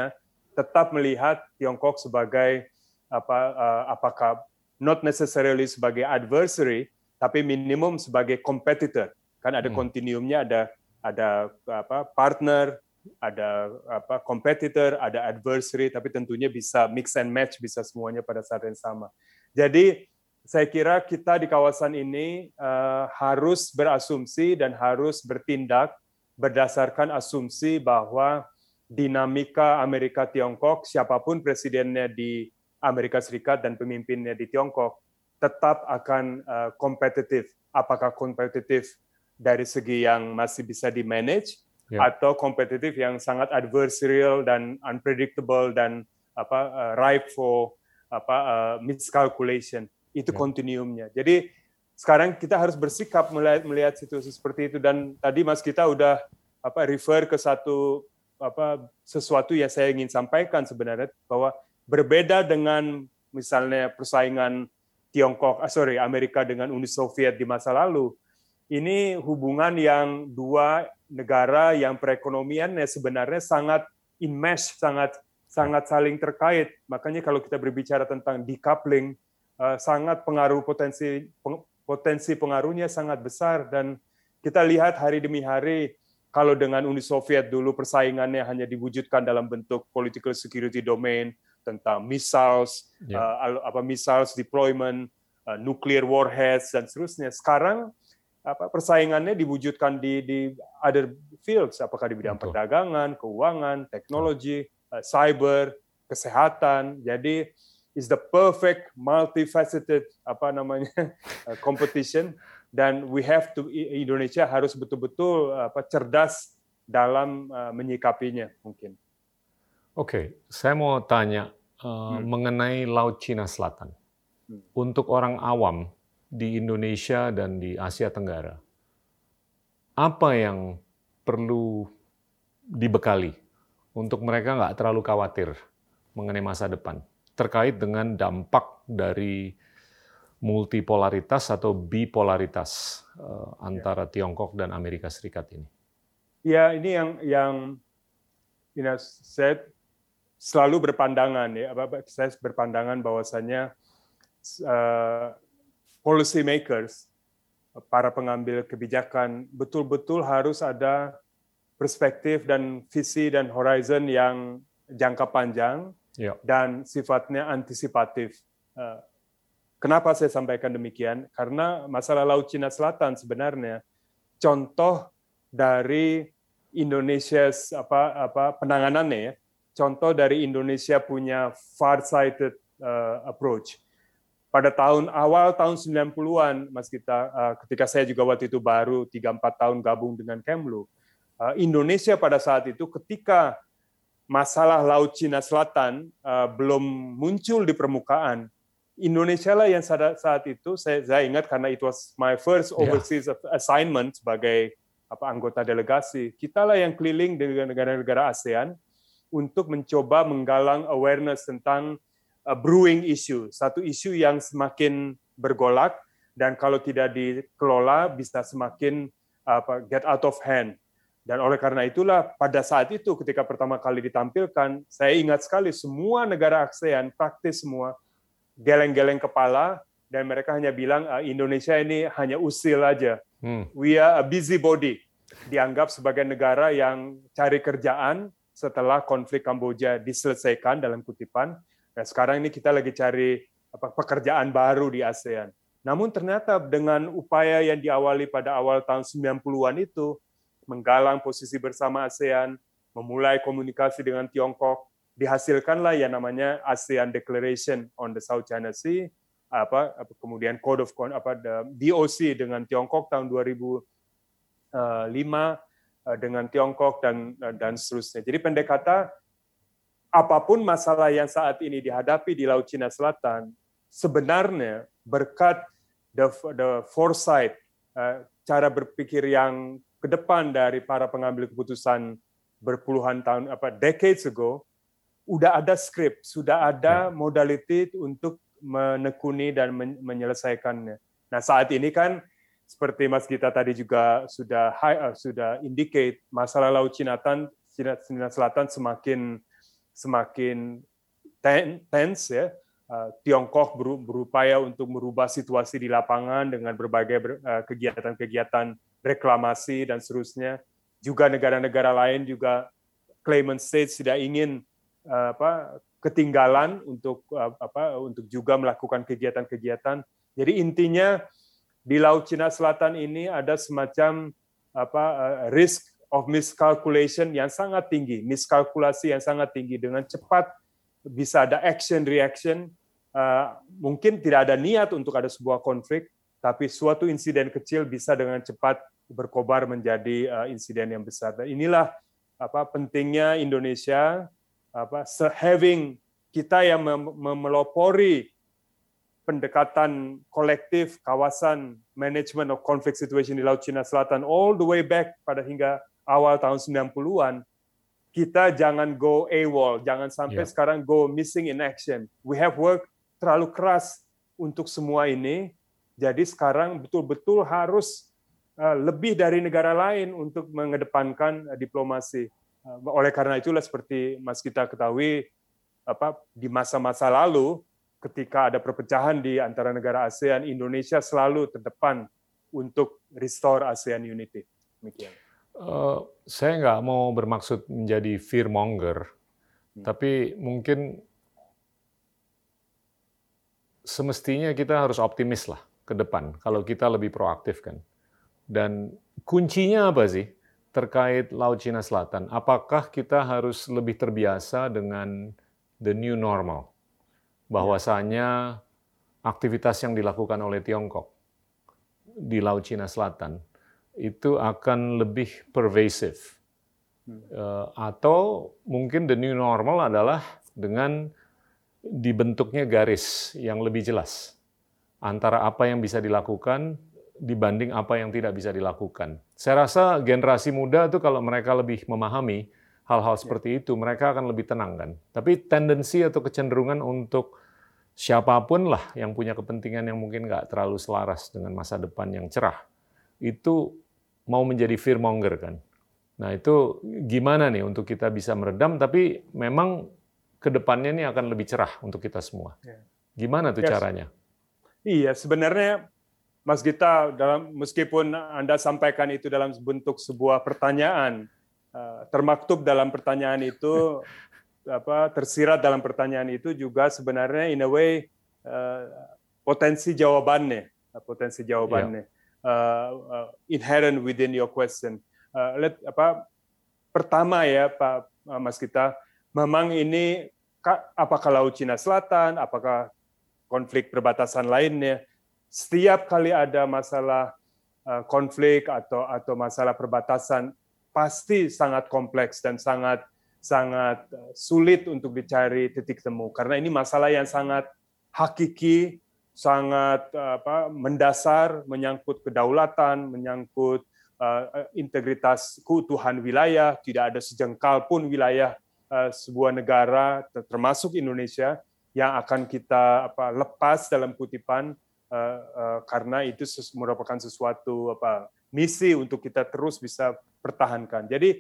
tetap melihat Tiongkok sebagai apa uh, apakah not necessarily sebagai adversary, tapi minimum sebagai competitor. Kan ada hmm. kontinuumnya, ada ada apa partner, ada apa competitor, ada adversary, tapi tentunya bisa mix and match, bisa semuanya pada saat yang sama. Jadi saya kira kita di kawasan ini uh, harus berasumsi dan harus bertindak berdasarkan asumsi bahwa dinamika Amerika Tiongkok, siapapun presidennya di Amerika Serikat dan pemimpinnya di Tiongkok, tetap akan uh, kompetitif. Apakah kompetitif dari segi yang masih bisa di-manage, yeah. atau kompetitif yang sangat adversarial dan unpredictable dan apa uh, ripe for apa uh, miscalculation. Itu yeah. kontinuumnya. Jadi sekarang kita harus bersikap melihat, melihat situasi seperti itu, dan tadi Mas Gita udah apa refer ke satu apa sesuatu yang saya ingin sampaikan sebenarnya, bahwa berbeda dengan misalnya persaingan Tiongkok, ah, sorry Amerika dengan Uni Soviet di masa lalu. Ini hubungan yang dua negara yang perekonomiannya sebenarnya sangat enmesh, sangat sangat saling terkait. Makanya kalau kita berbicara tentang decoupling, uh, sangat pengaruh potensi peng, potensi pengaruhnya sangat besar, dan kita lihat hari demi hari kalau dengan Uni Soviet dulu persaingannya hanya diwujudkan dalam bentuk political security domain tentang missiles, yeah. uh, apa missiles deployment, uh, nuclear warheads dan seterusnya. Sekarang apa persaingannya diwujudkan di di other fields, apakah di bidang Betul. perdagangan, keuangan, teknologi, uh, cyber, kesehatan. Jadi is the perfect multifaceted apa namanya uh, competition, dan we have to Indonesia harus betul-betul apa cerdas dalam uh, menyikapinya mungkin. Oke, okay. Saya mau tanya uh, hmm. mengenai Laut Cina Selatan. Hmm. Untuk orang awam di Indonesia dan di Asia Tenggara, apa yang perlu dibekali untuk mereka nggak terlalu khawatir mengenai masa depan terkait dengan dampak dari multipolaritas atau bipolaritas uh, antara ya. Tiongkok dan Amerika Serikat ini? Ya, ini yang yang you know, saya selalu berpandangan ya, saya berpandangan bahwasannya uh, policy makers, para pengambil kebijakan, betul-betul harus ada perspektif dan visi dan horizon yang jangka panjang ya. Dan sifatnya antisipatif. Kenapa saya sampaikan demikian? Karena masalah Laut Cina Selatan sebenarnya contoh dari Indonesia apa apa penanganannya ya. Contoh dari Indonesia punya far-sighted uh, approach. Pada tahun awal tahun sembilan puluhan, Mas Gita, uh, ketika saya juga waktu itu baru tiga empat tahun gabung dengan Kemlu, uh, Indonesia pada saat itu ketika masalah Laut Cina Selatan uh, belum muncul di permukaan, Indonesia lah yang saat, saat itu, saya, saya ingat karena itu was my first overseas yeah. assignment sebagai apa, anggota delegasi, kita lah yang keliling dengan negara-negara ASEAN untuk mencoba menggalang awareness tentang uh, brewing issue, satu isu yang semakin bergolak dan kalau tidak dikelola bisa semakin uh, get out of hand. Dan oleh karena itulah pada saat itu ketika pertama kali ditampilkan, saya ingat sekali semua negara ASEAN praktis semua geleng-geleng kepala dan mereka hanya bilang uh, Indonesia ini hanya usil aja. Hmm. We are a busybody, dianggap sebagai negara yang cari kerjaan setelah konflik Kamboja diselesaikan dalam kutipan. Nah, sekarang ini kita lagi cari apa, pekerjaan baru di ASEAN. Namun ternyata dengan upaya yang diawali pada awal tahun sembilan puluhan itu, menggalang posisi bersama ASEAN, memulai komunikasi dengan Tiongkok, dihasilkanlah yang namanya ASEAN Declaration on the South China Sea, apa, apa kemudian Code of apa D O C dengan Tiongkok tahun dua ribu lima dengan Tiongkok dan dan seterusnya. Jadi pendekatan apapun masalah yang saat ini dihadapi di Laut Cina Selatan, sebenarnya berkat the, the foresight, cara berpikir yang ke depan dari para pengambil keputusan berpuluhan tahun, apa decades ago, udah ada skrip, sudah ada modality untuk menekuni dan menyelesaikannya. Nah saat ini kan seperti Mas Gita tadi juga sudah high, uh, sudah indicate masalah Laut Cina, Cina, Cina Selatan semakin semakin tense ya. Uh, Tiongkok berupaya untuk merubah situasi di lapangan dengan berbagai uh, kegiatan-kegiatan reklamasi dan seterusnya. Juga negara-negara lain juga claimant states tidak ingin uh, apa, ketinggalan untuk uh, apa, untuk juga melakukan kegiatan-kegiatan. Jadi intinya di Laut Cina Selatan ini ada semacam apa, uh, risk of miscalculation yang sangat tinggi, miskalkulasi yang sangat tinggi. Dengan cepat bisa ada action reaction. Uh, mungkin tidak ada niat untuk ada sebuah konflik, tapi suatu insiden kecil bisa dengan cepat berkobar menjadi uh, insiden yang besar. Dan inilah apa pentingnya Indonesia, apa having kita yang mem- memelopori pendekatan kolektif kawasan management of conflict situation di Laut Cina Selatan all the way back pada hingga awal tahun sembilan puluhan. Kita jangan go AWOL, jangan sampai yeah. sekarang go missing in action. We have worked terlalu keras untuk semua ini, jadi sekarang betul-betul harus uh, lebih dari negara lain untuk mengedepankan uh, diplomasi. Uh, oleh karena itulah seperti Mas kita ketahui, apa di masa-masa lalu, ketika ada perpecahan di antara negara ASEAN, Indonesia selalu terdepan untuk restore ASEAN unity. Demikian. Uh, saya nggak mau bermaksud menjadi fearmonger, hmm. tapi mungkin semestinya kita harus optimis lah ke depan kalau kita lebih proaktif kan. Dan kuncinya apa sih terkait Laut Cina Selatan? Apakah kita harus lebih terbiasa dengan the new normal? Bahwasanya aktivitas yang dilakukan oleh Tiongkok di Laut Cina Selatan itu akan lebih pervasive. Uh, atau mungkin the new normal adalah dengan dibentuknya garis yang lebih jelas antara apa yang bisa dilakukan dibanding apa yang tidak bisa dilakukan. Saya rasa generasi muda itu kalau mereka lebih memahami hal-hal seperti itu, mereka akan lebih tenang kan. Tapi tendensi atau kecenderungan untuk siapapun lah yang punya kepentingan yang mungkin nggak terlalu selaras dengan masa depan yang cerah, itu mau menjadi fearmonger kan. Nah itu gimana nih untuk kita bisa meredam, tapi memang kedepannya ini akan lebih cerah untuk kita semua. Gimana tuh yes. caranya? Iya, sebenarnya Mas Gita, dalam meskipun Anda sampaikan itu dalam bentuk sebuah pertanyaan, termaktub dalam pertanyaan itu, apa tersirat dalam pertanyaan itu juga sebenarnya in a way potensi jawabannya, potensi jawabannya yeah. uh, uh, inherent within your question. Uh, let, apa pertama ya Pak Mas Gita. Memang ini apakah Laut Cina Selatan, apakah konflik perbatasan lainnya, setiap kali ada masalah uh, konflik atau atau masalah perbatasan pasti sangat kompleks dan sangat sangat sulit untuk dicari titik temu karena ini masalah yang sangat hakiki, sangat uh, apa mendasar, menyangkut kedaulatan, menyangkut uh, integritas keutuhan wilayah, tidak ada sejengkal pun wilayah sebuah negara termasuk Indonesia yang akan kita apa, lepas dalam kutipan uh, uh, karena itu ses- merupakan sesuatu apa misi untuk kita terus bisa pertahankan. Jadi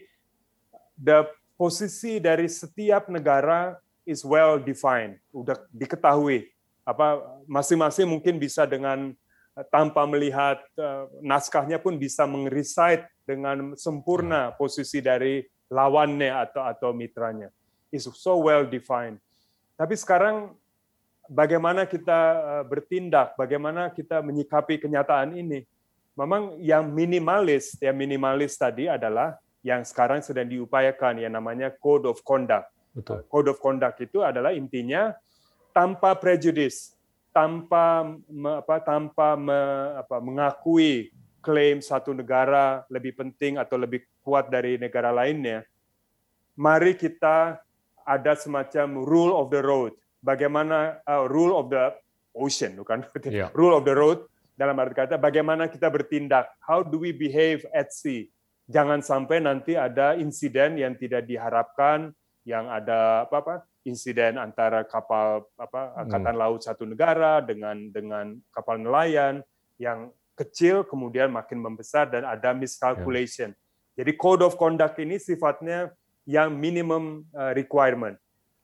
the posisi dari setiap negara is well defined, udah diketahui. Apa masing-masing mungkin bisa dengan tanpa melihat uh, naskahnya pun bisa meng-recite dengan sempurna posisi dari lawannya atau atau mitranya. Is so well defined. Tapi sekarang bagaimana kita bertindak, bagaimana kita menyikapi kenyataan ini? Memang yang minimalis, yang minimalis tadi adalah yang sekarang sedang diupayakan yang namanya Code of Conduct. Betul. Code of Conduct itu adalah intinya tanpa prejudice, tanpa apa tanpa me, apa, mengakui klaim satu negara lebih penting atau lebih kuat dari negara lainnya, mari kita ada semacam rule of the road. Bagaimana uh, rule of the ocean, bukan? Yeah. Rule of the road dalam arti kata bagaimana kita bertindak. How do we behave at sea? Jangan sampai nanti ada insiden yang tidak diharapkan, yang ada apa-apa insiden antara kapal apa angkatan hmm. laut satu negara dengan dengan kapal nelayan yang kecil kemudian makin membesar dan ada miscalculation. Yeah. Jadi code of conduct ini sifatnya yang minimum requirement.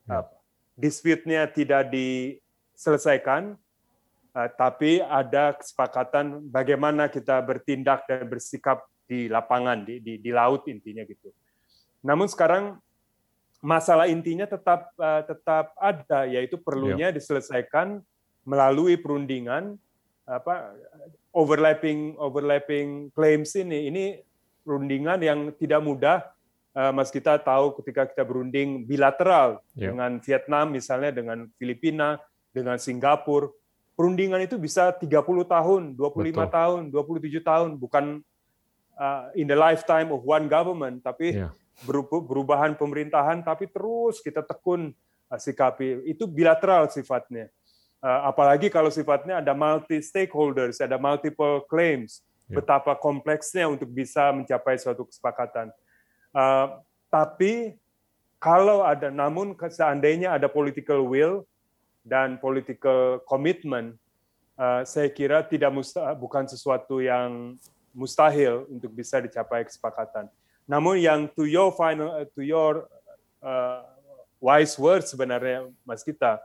uh, dispute-nya tidak diselesaikan, uh, tapi ada kesepakatan bagaimana kita bertindak dan bersikap di lapangan, di, di, di laut intinya gitu. Namun sekarang masalah intinya tetap uh, tetap ada, yaitu perlunya yeah. diselesaikan melalui perundingan apa overlapping overlapping claims ini. Ini perundingan yang tidak mudah. Uh, Mas kita tahu ketika kita berunding bilateral yeah. dengan Vietnam misalnya, dengan Filipina, dengan Singapura, perundingan itu bisa tiga puluh tahun, dua puluh lima Betul. tahun, dua puluh tujuh tahun, bukan uh, in the lifetime of one government, tapi yeah. perubahan pemerintahan, tapi terus kita tekun uh, sikapi. Itu bilateral sifatnya. Uh, apalagi kalau sifatnya ada multi stakeholders, ada multiple claims, yeah. betapa kompleksnya untuk bisa mencapai suatu kesepakatan. Uh, tapi kalau ada, namun seandainya ada political will dan political commitment, uh, saya kira tidak musta, bukan sesuatu yang mustahil untuk bisa dicapai kesepakatan. Namun yang to your final, to your uh, wise words sebenarnya, Mas Gita,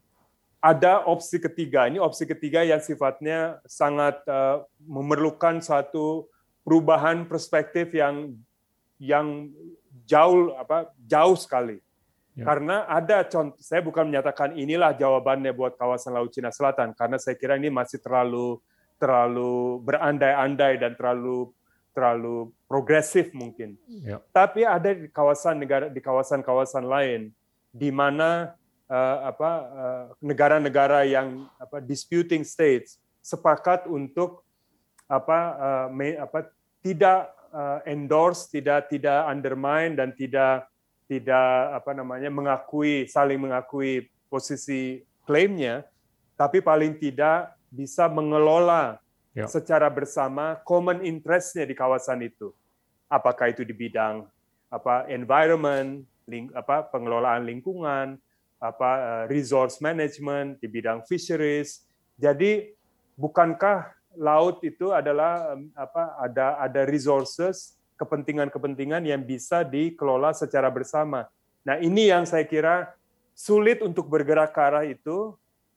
ada opsi ketiga. Ini opsi ketiga yang sifatnya sangat uh, memerlukan suatu perubahan perspektif yang yang jauh apa jauh sekali. Ya. Karena ada contoh, saya bukan menyatakan inilah jawabannya buat kawasan Laut Cina Selatan, karena saya kira ini masih terlalu terlalu berandai-andai dan terlalu terlalu progresif mungkin. Ya. Tapi ada di kawasan negara di kawasan-kawasan lain di mana uh, apa uh, negara-negara yang apa disputing states sepakat untuk apa uh, me, apa tidak uh, endorse, tidak tidak undermine dan tidak tidak apa namanya mengakui saling mengakui posisi klaimnya, tapi paling tidak bisa mengelola ya. secara bersama common interest-nya di kawasan itu. Apakah itu di bidang apa environment, ling, apa pengelolaan lingkungan, apa uh, resource management, di bidang fisheries. Jadi bukankah laut itu adalah um, apa ada ada resources, kepentingan-kepentingan yang bisa dikelola secara bersama. Nah, ini yang saya kira sulit untuk bergerak ke arah itu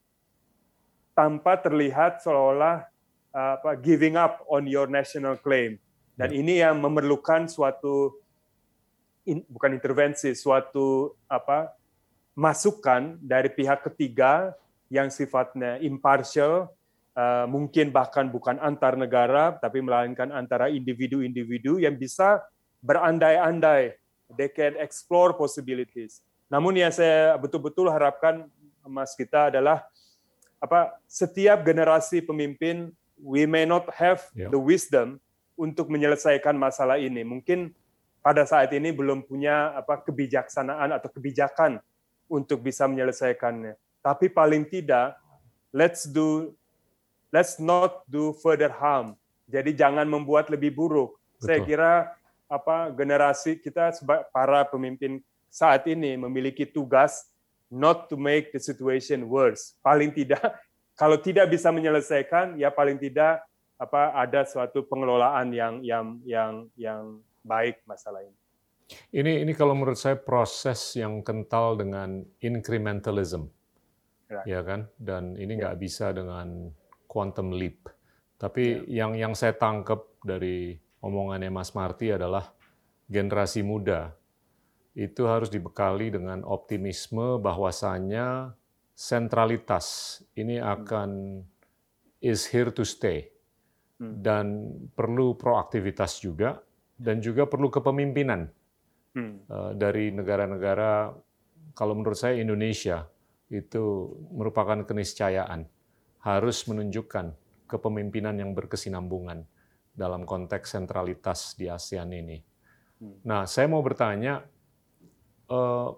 tanpa terlihat seolah-olah uh, apa giving up on your national claim. Dan ya. ini yang memerlukan suatu in, bukan intervensi, suatu apa masukan dari pihak ketiga yang sifatnya impartial. Uh, mungkin bahkan bukan antar negara, tapi melainkan antara individu-individu yang bisa berandai-andai. They can explore possibilities. Namun yang saya betul-betul harapkan, Mas Gita, adalah apa setiap generasi pemimpin, we may not have yeah. the wisdom untuk menyelesaikan masalah ini. Mungkin pada saat ini belum punya apa kebijaksanaan atau kebijakan untuk bisa menyelesaikannya. Tapi paling tidak, let's do Let's not do further harm. Jadi jangan membuat lebih buruk. Betul. Saya kira apa generasi kita para pemimpin saat ini memiliki tugas not to make the situation worse. Paling tidak kalau tidak bisa menyelesaikan, ya paling tidak apa ada suatu pengelolaan yang yang yang yang baik masalah ini. Ini ini kalau menurut saya proses yang kental dengan incrementalism. Right. Ya kan? Dan ini nggak yeah. bisa dengan quantum leap. Tapi yeah. yang yang saya tangkap dari omongannya Mas Marty adalah generasi muda itu harus dibekali dengan optimisme bahwasannya sentralitas ini akan hmm. is here to stay. Hmm. Dan perlu proaktivitas juga dan juga perlu kepemimpinan hmm. uh, dari negara-negara. Kalau menurut saya Indonesia itu merupakan keniscayaan. Harus menunjukkan kepemimpinan yang berkesinambungan dalam konteks sentralitas di ASEAN ini. Nah, saya mau bertanya, eh,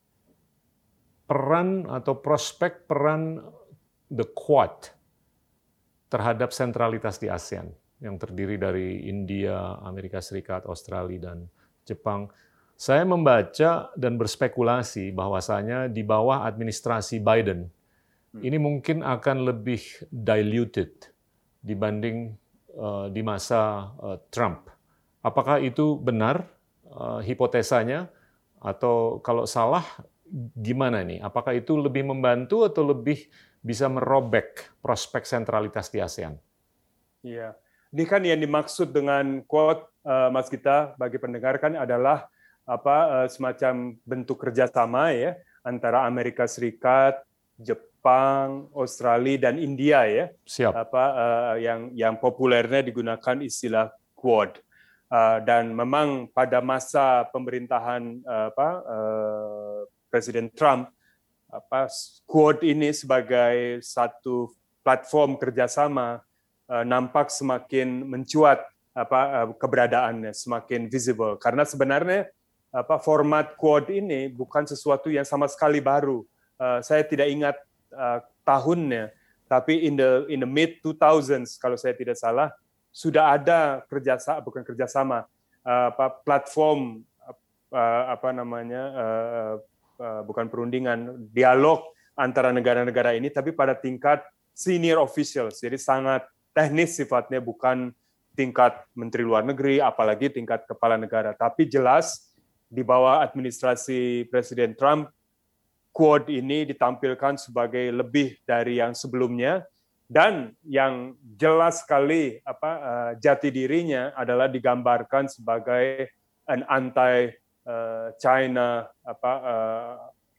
peran atau prospek peran the Quad terhadap sentralitas di ASEAN, yang terdiri dari India, Amerika Serikat, Australia, dan Jepang. Saya membaca dan berspekulasi bahwasanya di bawah administrasi Biden, ini mungkin akan lebih diluted dibanding uh, di masa uh, Trump. Apakah itu benar uh, hipotesanya? Atau kalau salah, gimana nih? Apakah itu lebih membantu atau lebih bisa merobek prospek sentralitas di ASEAN? Iya, ini kan yang dimaksud dengan quote uh, Mas Gita bagi pendengar kan adalah apa uh, semacam bentuk kerjasama ya antara Amerika Serikat, Jepang, Australia dan India ya. Siap. Apa uh, yang yang populernya digunakan istilah Quad. Uh, dan memang pada masa pemerintahan uh, apa uh, Presiden Trump, apa Quad ini sebagai satu platform kerjasama uh, nampak semakin mencuat apa uh, keberadaannya, semakin visible karena sebenarnya apa format Quad ini bukan sesuatu yang sama sekali baru. Uh, saya tidak ingat uh, tahunnya, tapi in the in the mid two thousands kalau saya tidak salah sudah ada kerjasama bukan kerjasama uh, apa platform uh, apa namanya uh, uh, bukan perundingan dialog antara negara-negara ini tapi pada tingkat senior officials, jadi sangat teknis sifatnya, bukan tingkat menteri luar negeri apalagi tingkat kepala negara, tapi jelas di bawah administrasi Presiden Trump, Quad ini ditampilkan sebagai lebih dari yang sebelumnya, dan yang jelas sekali apa uh, jati dirinya adalah digambarkan sebagai an anti uh, China apa uh,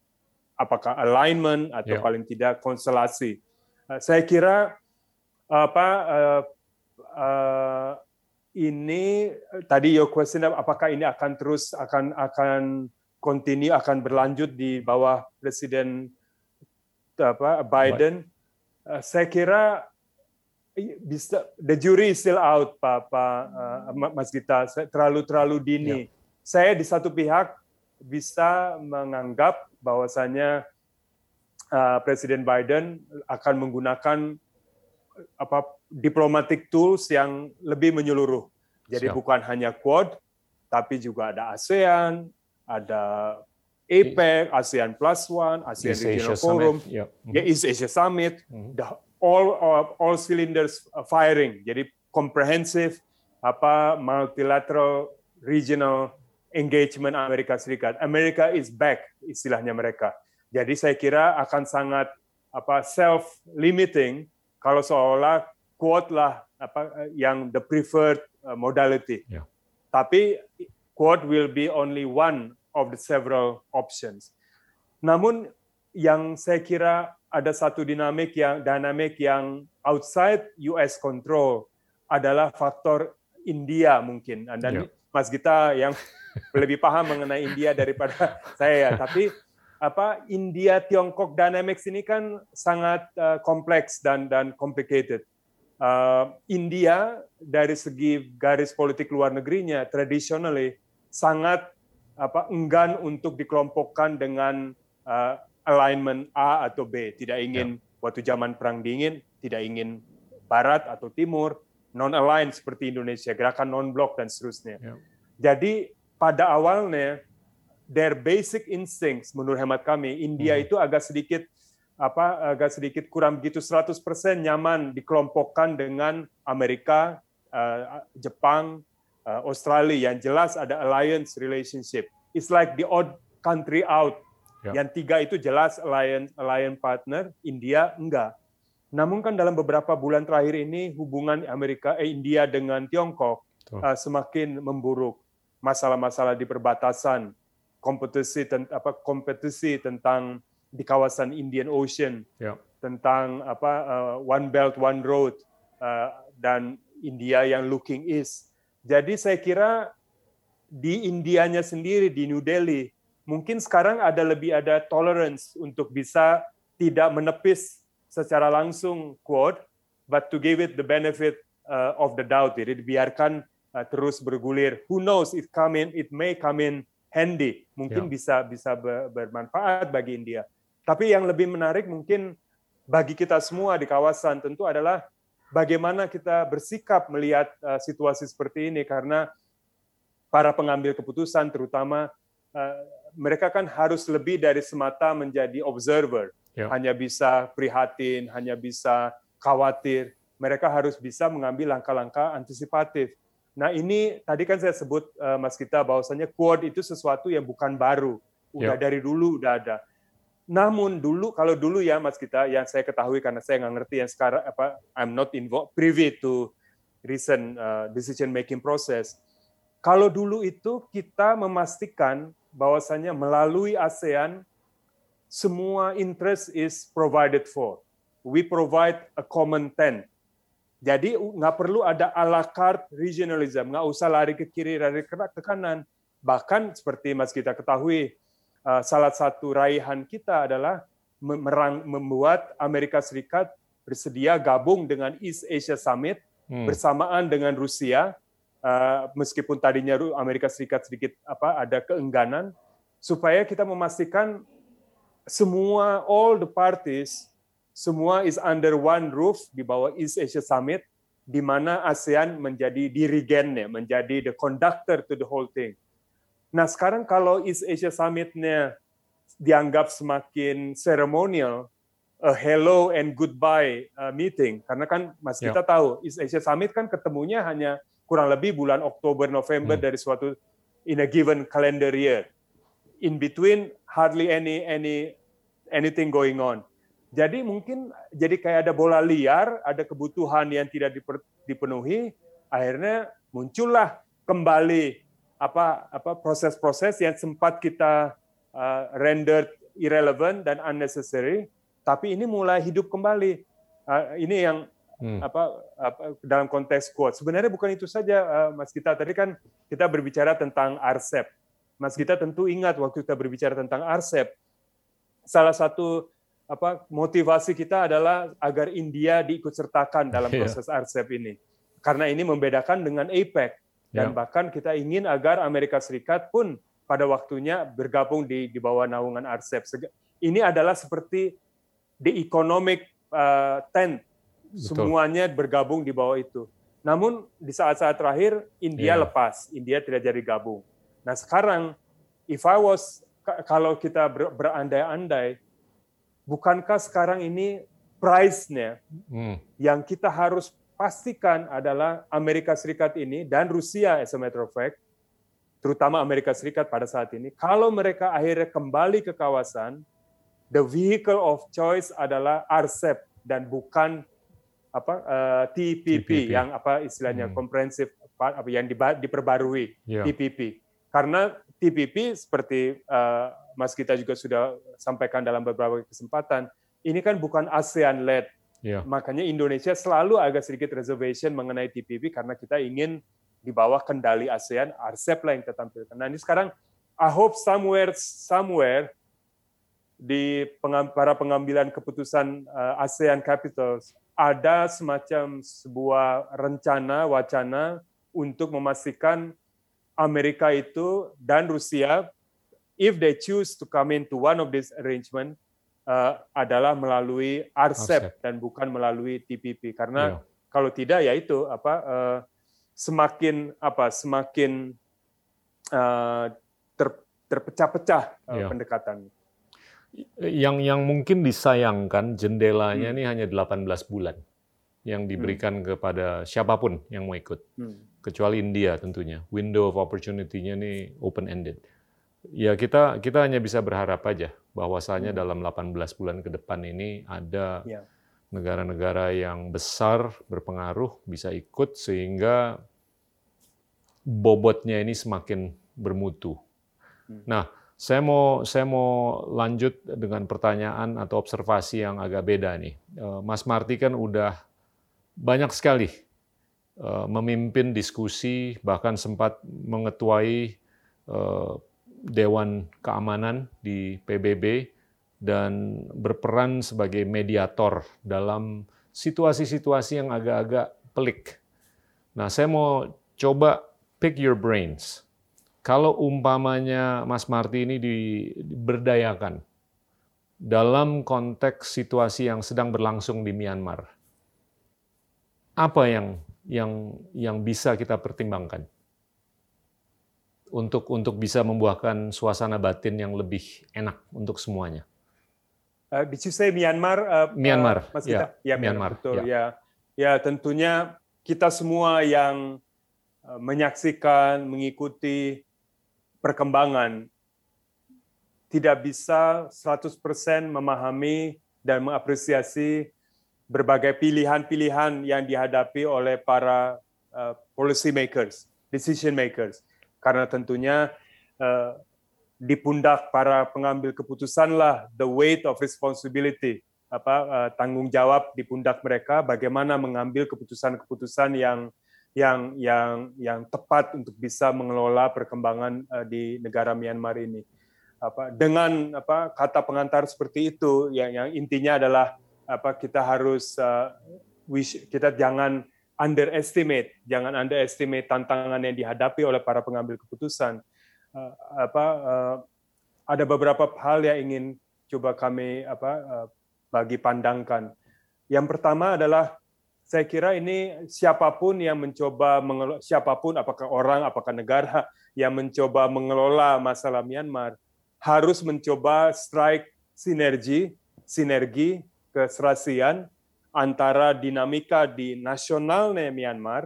apakah alignment atau yeah. paling tidak konstelasi. Uh, saya kira apa uh, uh, ini tadi your question apakah ini akan terus akan akan continue akan berlanjut di bawah Presiden apa Biden. Uh, saya kira bisa the jury is still out Pak Pak uh, Mas Gita, terlalu terlalu dini. Yeah. Saya di satu pihak bisa menganggap bahwasanya uh, Presiden Biden akan menggunakan apa diplomatic tools yang lebih menyeluruh. Jadi Siap. bukan hanya Quad, tapi juga ada ASEAN, ada APEC, ASEAN Plus One, ASEAN East Regional Asia Forum, yep. ya East Asia Summit, mm-hmm. the, all all cylinders firing. Jadi comprehensive apa multilateral regional engagement Amerika Serikat. America is back istilahnya mereka. Jadi saya kira akan sangat apa self limiting kalau seolah Quad lah apa yang the preferred uh, modality. Yeah. Tapi Quad will be only one of the several options. Namun yang saya kira ada satu dinamik yang dynamic yang outside U S control adalah faktor India mungkin. Dan yeah. Mas Gita yang lebih paham mengenai India daripada saya. Tapi apa India Tiongkok dynamics ini kan sangat uh, kompleks dan dan complicated. Uh, India dari segi garis politik luar negerinya traditionally sangat apa enggan untuk dikelompokkan dengan uh, alignment A atau B, tidak ingin yeah. waktu zaman perang dingin tidak ingin barat atau timur, non align seperti Indonesia, gerakan non blok dan seterusnya. Yeah. Jadi pada awalnya their basic instincts menurut hemat kami India hmm. itu agak sedikit apa agak sedikit kurang begitu seratus persen nyaman dikelompokkan dengan Amerika, uh, Jepang, uh, Australia yang jelas ada alliance relationship. It's like the odd country out. Yeah. Yang tiga itu jelas alliance alliance partner, India enggak. Namun kan dalam beberapa bulan terakhir ini hubungan Amerika eh, India dengan Tiongkok uh, semakin memburuk. Masalah-masalah di perbatasan, kompetisi apa kompetisi tentang di kawasan Indian Ocean, yeah. tentang apa uh, One Belt One Road uh, dan India yang looking east. Jadi saya kira di Indianya sendiri di New Delhi mungkin sekarang ada lebih ada tolerance untuk bisa tidak menepis secara langsung Quad, but to give it the benefit uh, of the doubt. Jadi dibiarkan uh, terus bergulir. Who knows? It come in, it may come in handy. Mungkin yeah. bisa bisa bermanfaat bagi India. Tapi yang lebih menarik mungkin bagi kita semua di kawasan tentu adalah bagaimana kita bersikap melihat uh, situasi seperti ini, karena para pengambil keputusan terutama uh, mereka kan harus lebih dari semata menjadi observer, yeah. hanya bisa prihatin, hanya bisa khawatir. Mereka harus bisa mengambil langkah-langkah antisipatif. Nah ini tadi kan saya sebut uh, Mas Gita bahwasanya Quad itu sesuatu yang bukan baru udah yeah. dari dulu udah ada. Namun dulu, kalau dulu ya Mas Gita, yang saya ketahui karena saya nggak ngerti yang sekarang apa, I'm not involved, privy to recent uh, decision making process. Kalau dulu itu kita memastikan bahwasannya melalui ASEAN semua interest is provided for. We provide a common tent. Jadi nggak perlu ada a la carte regionalism, nggak usah lari ke kiri, lari ke kanan. Bahkan seperti Mas kita ketahui, salah satu raihan kita adalah merang, membuat Amerika Serikat bersedia gabung dengan East Asia Summit hmm. bersamaan dengan Rusia, meskipun tadinya Amerika Serikat sedikit apa ada keengganan, supaya kita memastikan semua all the parties semua is under one roof di bawah East Asia Summit, di mana ASEAN menjadi dirigennya, menjadi the conductor to the whole thing. Nah sekarang kalau East Asia Summit-nya dianggap semakin ceremonial, a hello and goodbye uh, meeting, karena kan Mas kita yeah. tahu East Asia Summit kan ketemunya hanya kurang lebih bulan Oktober November hmm. dari suatu in a given calendar year. In between hardly any any anything going on. Jadi mungkin jadi kayak ada bola liar, ada kebutuhan yang tidak dipenuhi, akhirnya muncullah kembali apa apa proses-proses yang sempat kita uh, rendered irrelevant dan unnecessary, tapi ini mulai hidup kembali. Uh, ini yang hmm. apa, apa dalam konteks quote. Sebenarnya bukan itu saja, uh, Mas Gita. Tadi kan kita berbicara tentang R C E P. Mas Gita tentu ingat waktu kita berbicara tentang R C E P, salah satu apa motivasi kita adalah agar India diikutsertakan dalam proses yeah. R C E P ini. Karena ini membedakan dengan APEC. Dan yeah. bahkan kita ingin agar Amerika Serikat pun pada waktunya bergabung di, di bawah naungan R C E P. Ini adalah seperti the economic uh, tent. Betul. Semuanya bergabung di bawah itu. Namun di saat-saat terakhir India yeah. lepas. India tidak jadi gabung. Nah sekarang, if I was, kalau kita ber, berandai-andai, bukankah sekarang ini price-nya hmm. yang kita harus pastikan adalah Amerika Serikat ini dan Rusia as a matter of fact, terutama Amerika Serikat pada saat ini, kalau mereka akhirnya kembali ke kawasan, the vehicle of choice adalah R C E P dan bukan apa uh, T P P, T P P yang apa istilahnya hmm. comprehensive apa yang diperbarui yeah. T P P. Karena T P P seperti uh, Mas kita juga sudah sampaikan dalam beberapa kesempatan, ini kan bukan ASEAN-led. Yeah. Makanya Indonesia selalu agak sedikit reservation mengenai T P P karena kita ingin di bawah kendali ASEAN, R C E P lah yang kita tampilkan. Nah ini sekarang, I hope somewhere, somewhere di pengam, para pengambilan keputusan uh, ASEAN Capitals ada semacam sebuah rencana, wacana untuk memastikan Amerika itu dan Rusia, if they choose to come into one of this arrangement, uh, adalah melalui R C E P dan bukan melalui T P P. Karena yeah. kalau tidak ya itu apa uh, semakin apa semakin uh, ter, terpecah-pecah uh, yeah. pendekatannya. Yang yang mungkin disayangkan jendelanya hmm. ini hanya delapan belas bulan yang diberikan hmm. kepada siapapun yang mau ikut. Hmm. Kecuali India tentunya. Window of opportunity-nya ini open-ended. Ya kita kita hanya bisa berharap aja bahwasanya hmm. dalam delapan belas bulan ke depan ini ada ya. negara-negara yang besar berpengaruh bisa ikut sehingga bobotnya ini semakin bermutu. Hmm. Nah, saya mau saya mau lanjut dengan pertanyaan atau observasi yang agak beda nih. Mas Marty kan udah banyak sekali memimpin diskusi, bahkan sempat mengetuai Dewan Keamanan di P B B dan berperan sebagai mediator dalam situasi-situasi yang agak-agak pelik. Nah, saya mau coba pick your brains. Kalau umpamanya Mas Marty ini diberdayakan dalam konteks situasi yang sedang berlangsung di Myanmar, apa yang yang yang bisa kita pertimbangkan untuk untuk bisa membuahkan suasana batin yang lebih enak untuk semuanya? Uh, did you say Myanmar? Uh, Myanmar, uh, Mas ya, ya, Myanmar, betul. Ya. ya, ya tentunya kita semua yang uh, menyaksikan, mengikuti perkembangan tidak bisa seratus persen memahami dan mengapresiasi berbagai pilihan-pilihan yang dihadapi oleh para uh, policy makers, decision makers. Karena tentunya uh, di pundak para pengambil keputusanlah the weight of responsibility, apa uh, tanggung jawab di pundak mereka bagaimana mengambil keputusan-keputusan yang yang yang yang tepat untuk bisa mengelola perkembangan uh, di negara Myanmar ini. Apa dengan apa kata pengantar seperti itu yang yang intinya adalah apa kita harus uh, wish, kita jangan underestimate, jangan underestimate tantangan yang dihadapi oleh para pengambil keputusan. Uh, apa uh, ada beberapa hal yang ingin coba kami apa uh, bagi pandangkan. Yang pertama adalah saya kira ini siapapun yang mencoba mengelola, siapapun apakah orang, apakah negara yang mencoba mengelola masalah Myanmar harus mencoba strike sinergi, sinergi keserasian antara dinamika di nasionalnya Myanmar,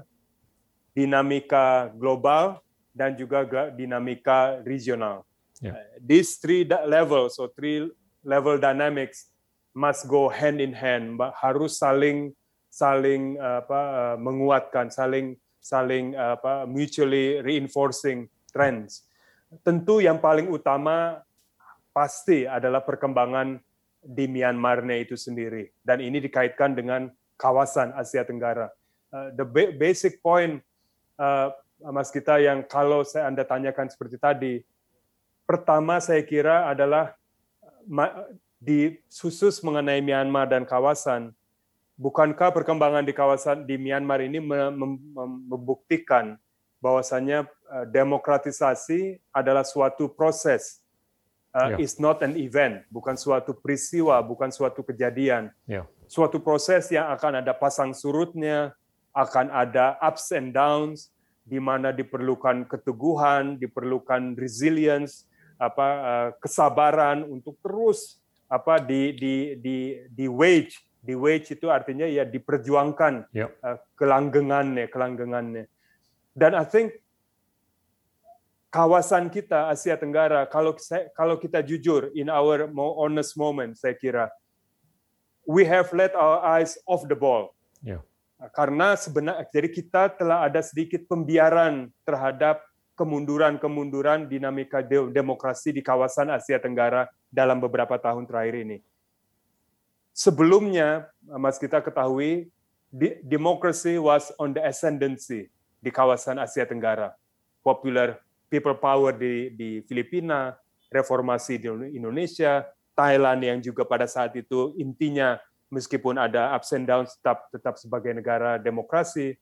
dinamika global, dan juga dinamika regional. Yeah. These three levels, or three level dynamics must go hand in hand, harus saling saling apa menguatkan, saling saling apa mutually reinforcing trends. Tentu yang paling utama pasti adalah perkembangan di Myanmar-nya itu sendiri, dan ini dikaitkan dengan kawasan Asia Tenggara. Uh, the ba- basic point, uh, Mas Gita, yang kalau saya Anda tanyakan seperti tadi, pertama saya kira adalah ma- di khusus mengenai Myanmar dan kawasan, bukankah perkembangan di kawasan di Myanmar ini mem- mem- membuktikan bahwasannya uh, demokratisasi adalah suatu proses. Uh, yeah. It's not an event, bukan suatu peristiwa, bukan suatu kejadian. Yeah. Suatu proses yang akan ada pasang surutnya, akan ada ups and downs, di mana diperlukan keteguhan, diperlukan resilience, apa uh, kesabaran untuk terus apa di di di di wage, di wage itu artinya ya diperjuangkan yeah. uh, kelanggengannya, kelanggengannya. Dan I think kawasan kita Asia Tenggara, kalau saya, kalau kita jujur in our more honest moment, saya kira we have let our eyes off the ball. Yeah. Karena sebenarnya jadi kita telah ada sedikit pembiaran terhadap kemunduran-kemunduran dinamika de- demokrasi di kawasan Asia Tenggara dalam beberapa tahun terakhir ini. Sebelumnya, Mas kita ketahui, di- democracy was on the ascendancy di kawasan Asia Tenggara. Popular people power di, di Filipina, reformasi di Indonesia, Thailand yang juga pada saat itu intinya meskipun ada ups and downs tetap tetap sebagai negara demokrasi.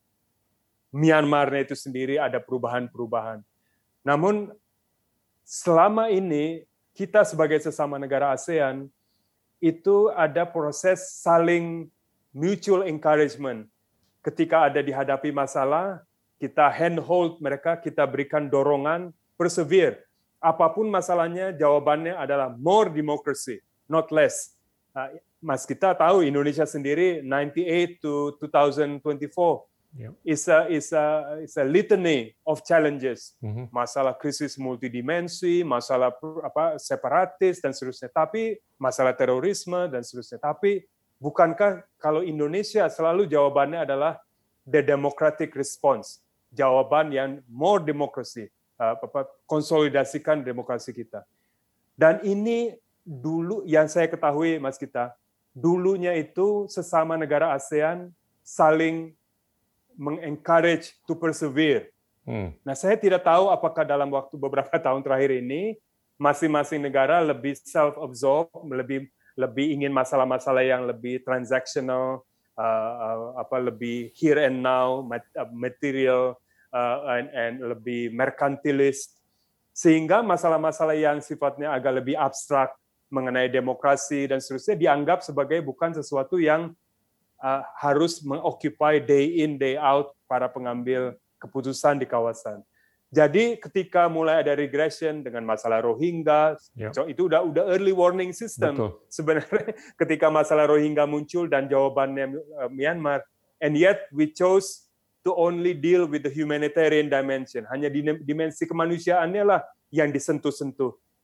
Myanmar itu sendiri ada perubahan-perubahan. Namun selama ini kita sebagai sesama negara ASEAN itu ada proses saling mutual encouragement. Ketika ada dihadapi masalah, kita handhold mereka, kita berikan dorongan, persevere. Apapun masalahnya, jawabannya adalah more democracy, not less. Mas kita tahu Indonesia sendiri ninety-eight to twenty twenty-four yep. is a is a is a litany of challenges. Mm-hmm. Masalah krisis multidimensi, masalah apa separatis dan seterusnya. Tapi masalah terorisme dan seterusnya. Tapi bukankah kalau Indonesia selalu jawabannya adalah the democratic response, jawaban yang more democracy, uh, apa, konsolidasikan demokrasi kita. Dan ini dulu yang saya ketahui, Mas kita, dulunya itu sesama negara ASEAN saling mengencourage to persevere. Hmm. Nah, saya tidak tahu apakah dalam waktu beberapa tahun terakhir ini masing-masing negara lebih self-absorbed, lebih lebih ingin masalah-masalah yang lebih transactional, uh, uh, apa lebih here and now, material, uh, and, and lebih merkantilis, sehingga masalah-masalah yang sifatnya agak lebih abstrak mengenai demokrasi dan seterusnya dianggap sebagai bukan sesuatu yang uh, harus mengoccupy day in day out para pengambil keputusan di kawasan. Jadi ketika mulai ada regression dengan masalah Rohingya, yep. so itu udah udah early warning system. Betul. Sebenarnya ketika masalah Rohingya muncul dan jawabannya uh, Myanmar, and yet we chose to only deal with the humanitarian dimension. Hanya di dimensi kemanusiaannya lah yang disentuh-sentuh.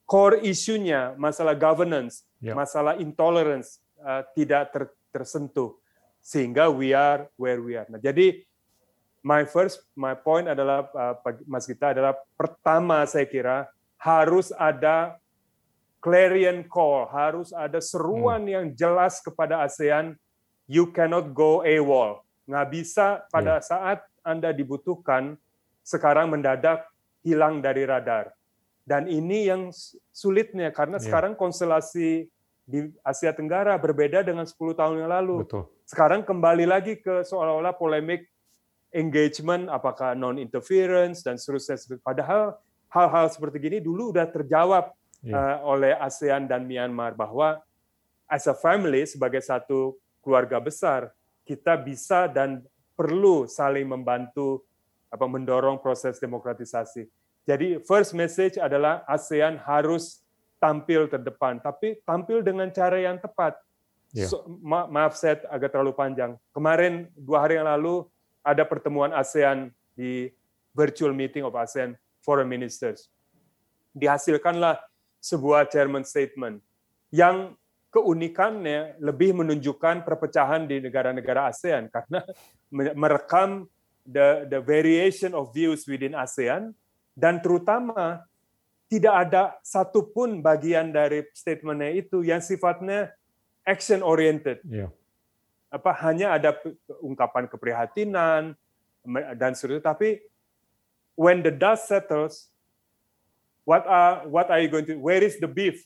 core isunya, masalah governance, yeah. masalah intolerance uh, tidak ter, tersentuh, sehingga we are where we are. Nah, jadi my first, my point adalah, uh, Mas Gita, adalah pertama saya kira harus ada clarion call, harus ada seruan hmm. yang jelas kepada ASEAN, you cannot go AWOL. Nggak bisa pada yeah. saat Anda dibutuhkan, sekarang mendadak hilang dari radar. Dan ini yang sulitnya, karena yeah. sekarang konstelasi di Asia Tenggara berbeda dengan sepuluh tahun yang lalu. Betul. Sekarang kembali lagi ke seolah-olah polemik engagement, apakah non-interference, dan seterusnya. Padahal hal-hal seperti gini dulu udah terjawab yeah. uh, oleh ASEAN dan Myanmar, bahwa as a family, sebagai satu keluarga besar, kita bisa dan perlu saling membantu apa mendorong proses demokratisasi. Jadi first message adalah ASEAN harus tampil terdepan, tapi tampil dengan cara yang tepat. Yeah. So, ma maaf saya agak terlalu panjang. Kemarin dua hari yang lalu ada pertemuan ASEAN di virtual meeting of ASEAN Foreign Ministers. Dihasilkanlah sebuah chairman statement yang keunikannya lebih menunjukkan perpecahan di negara-negara ASEAN, karena merekam the the variation of views within ASEAN, dan terutama tidak ada satupun bagian dari statementnya itu yang sifatnya action oriented. Yeah. Apa hanya ada ungkapan keprihatinan dan seterusnya, tapi when the dust settles, what are what are you going to, where is the beef?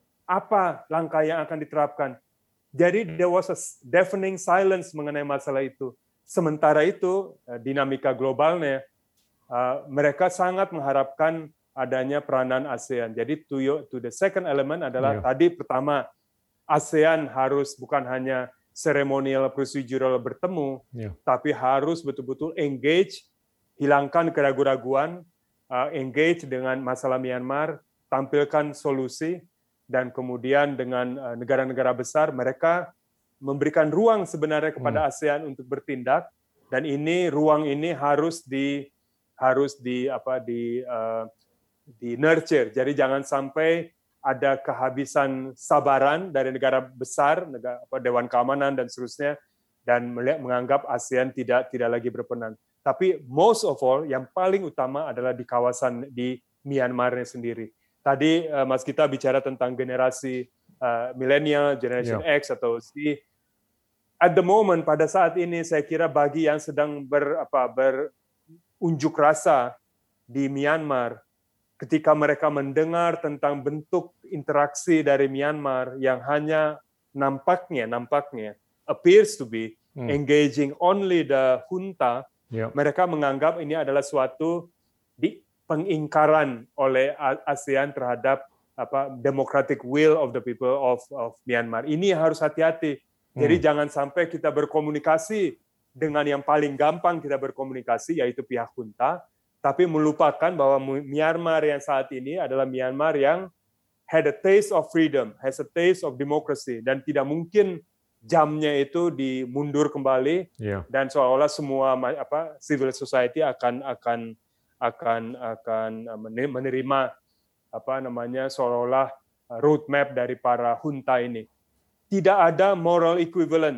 Apa langkah yang akan diterapkan? Jadi there was a deafening silence mengenai masalah itu. Sementara itu dinamika globalnya, uh, mereka sangat mengharapkan adanya peranan ASEAN. Jadi to, you, to the second element adalah yeah. tadi pertama, ASEAN harus bukan hanya seremonial procedural bertemu, yeah. tapi harus betul-betul engage, hilangkan keraguan-raguan, uh, engage dengan masalah Myanmar, tampilkan solusi, dan kemudian dengan uh, negara-negara besar, mereka memberikan ruang sebenarnya kepada hmm. ASEAN untuk bertindak, dan ini ruang ini harus di harus di apa di uh, di nurture. Jadi jangan sampai ada kehabisan sabaran dari negara besar, negara, apa, Dewan Keamanan dan seterusnya, dan melihat, menganggap ASEAN tidak tidak lagi berperan. Tapi most of all, yang paling utama adalah di kawasan di Myanmarnya sendiri. Tadi uh, Mas Gita bicara tentang generasi uh, milenial, generation yeah. X atau Z. At the moment, pada saat ini, saya kira bagi yang sedang ber, apa, berunjuk rasa di Myanmar, ketika mereka mendengar tentang bentuk interaksi dari Myanmar yang hanya nampaknya, nampaknya appears to be hmm. engaging only the junta, yeah. mereka menganggap ini adalah suatu di pengingkaran oleh ASEAN terhadap apa democratic will of the people of of Myanmar. Ini harus hati-hati. Jadi hmm. jangan sampai kita berkomunikasi dengan yang paling gampang kita berkomunikasi, yaitu pihak junta, tapi melupakan bahwa Myanmar yang saat ini adalah Myanmar yang had a taste of freedom, has a taste of democracy, dan tidak mungkin jamnya itu dimundur kembali, yeah. dan seolah-olah semua apa civil society akan akan akan akan menerima apa namanya seolah-olah roadmap dari para junta ini. Tidak ada moral equivalent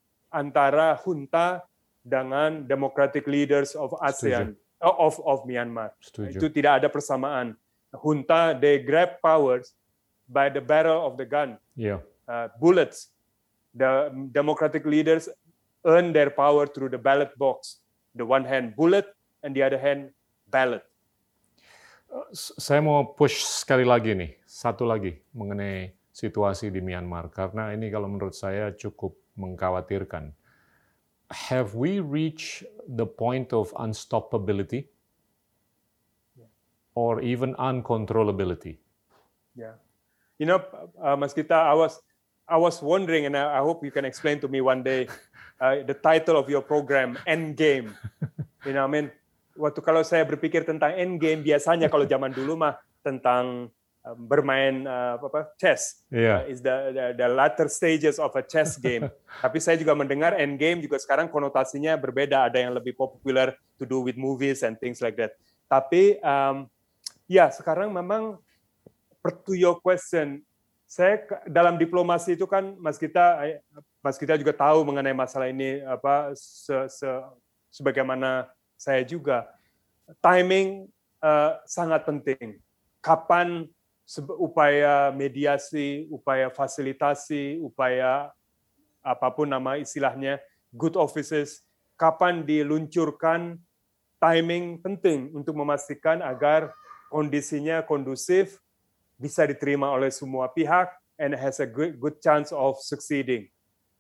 antara junta dengan democratic leaders of ASEAN. Setuju. of of Myanmar. Setuju. Itu tidak ada persamaan. Junta, they grab powers by the barrel of the gun. Yeah. Uh, bullets. The democratic leaders earn their power through the ballot box. The one hand bullet and the other hand ballot. Saya mau push sekali lagi nih, satu lagi mengenai situasi di Myanmar, karena ini kalau menurut saya cukup mengkhawatirkan. Have we reached the point of unstoppability or even uncontrollability? Yeah, you know, uh, Mas Gita, I was I was wondering, and I, I hope you can explain to me one day uh, the title of your program, Endgame. You know, I mean, waktu kalau saya berpikir tentang Endgame, biasanya kalau zaman dulu mah tentang uh, bermain uh, apa chess, yeah. uh, is the, the the latter stages of a chess game. Tapi saya juga mendengar Endgame juga sekarang konotasinya berbeda, ada yang lebih popular to do with movies and things like that. Tapi um, ya sekarang memang to your question, saya dalam diplomasi itu kan Mas Gita, Mas Gita juga tahu mengenai masalah ini apa se, se, sebagaimana saya juga. Timing uh, sangat penting. Kapan upaya mediasi, upaya fasilitasi, upaya apapun nama istilahnya, good offices, kapan diluncurkan, timing penting untuk memastikan agar kondisinya kondusif, bisa diterima oleh semua pihak, and has a good, good chance of succeeding.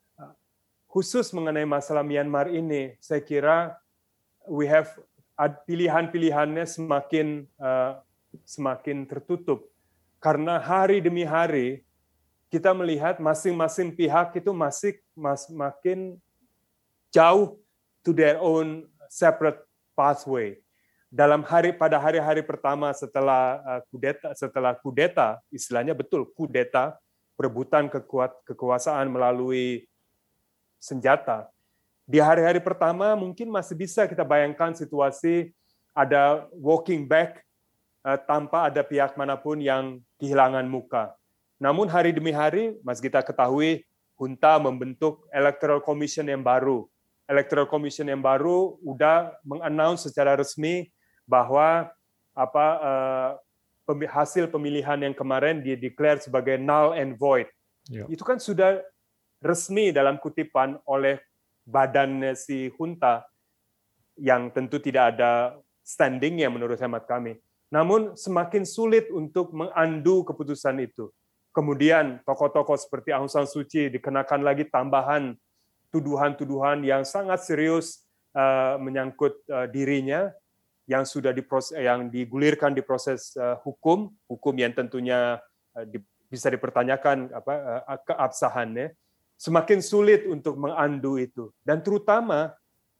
Khusus mengenai masalah Myanmar ini, saya kira we have pilihan-pilihannya semakin uh, semakin tertutup. Karena hari demi hari kita melihat masing-masing pihak itu masih mas, makin jauh to their own separate pathway. Dalam hari pada hari-hari pertama setelah uh, kudeta, setelah kudeta, istilahnya betul kudeta, perebutan kekuat, kekuasaan melalui senjata. Di hari-hari pertama mungkin masih bisa kita bayangkan situasi ada walking back uh, tanpa ada pihak manapun yang kehilangan muka. Namun hari demi hari, Mas Gita ketahui, junta membentuk Electoral Commission yang baru. Electoral Commission yang baru udah mengannounce secara resmi bahwa apa uh, hasil pemilihan yang kemarin dia declare sebagai null and void. Yeah. Itu kan sudah resmi dalam kutipan oleh badannya si junta yang tentu tidak ada standingnya menurut hemat kami. Namun semakin sulit untuk mengunduh keputusan itu. Kemudian tokoh-tokoh seperti Aung San Suu Kyi dikenakan lagi tambahan tuduhan-tuduhan yang sangat serius uh, menyangkut uh, dirinya yang sudah diproses, yang digulirkan di proses uh, hukum, hukum yang tentunya uh, di, bisa dipertanyakan apa uh, keabsahannya. Semakin sulit untuk mengunduh itu, dan terutama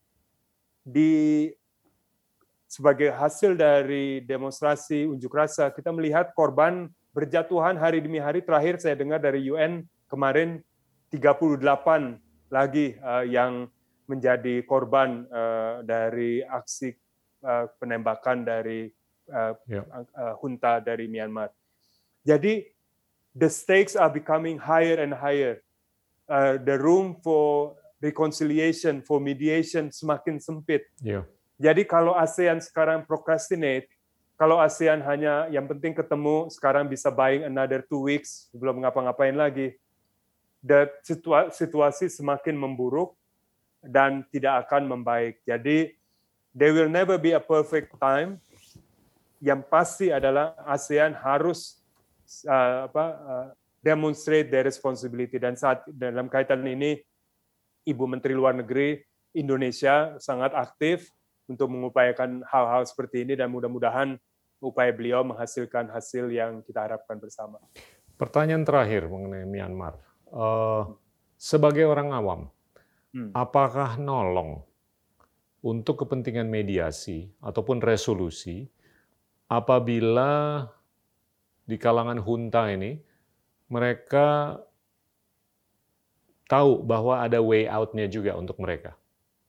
di sebagai hasil dari demonstrasi unjuk rasa, kita melihat korban berjatuhan hari demi hari. Terakhir saya dengar dari U N kemarin tiga puluh delapan lagi uh, yang menjadi korban uh, dari aksi uh, penembakan dari uh, yeah. uh, junta dari Myanmar. Jadi the stakes are becoming higher and higher. Uh, the room for reconciliation, for mediation semakin sempit. Yeah. Jadi kalau ASEAN sekarang procrastinate, kalau ASEAN hanya yang penting ketemu, sekarang bisa buying another two weeks, belum ngapa-ngapain lagi, the situasi semakin memburuk dan tidak akan membaik. Jadi there will never be a perfect time. Yang pasti adalah ASEAN harus uh, apa, uh, demonstrate their responsibility. Dan saat dalam kaitan ini, Ibu Menteri Luar Negeri Indonesia sangat aktif untuk mengupayakan hal-hal seperti ini, dan mudah-mudahan upaya beliau menghasilkan hasil yang kita harapkan bersama. Pertanyaan terakhir mengenai Myanmar. Uh, sebagai orang awam, hmm. apakah nolong untuk kepentingan mediasi ataupun resolusi apabila di kalangan junta ini mereka tahu bahwa ada way out-nya juga untuk mereka?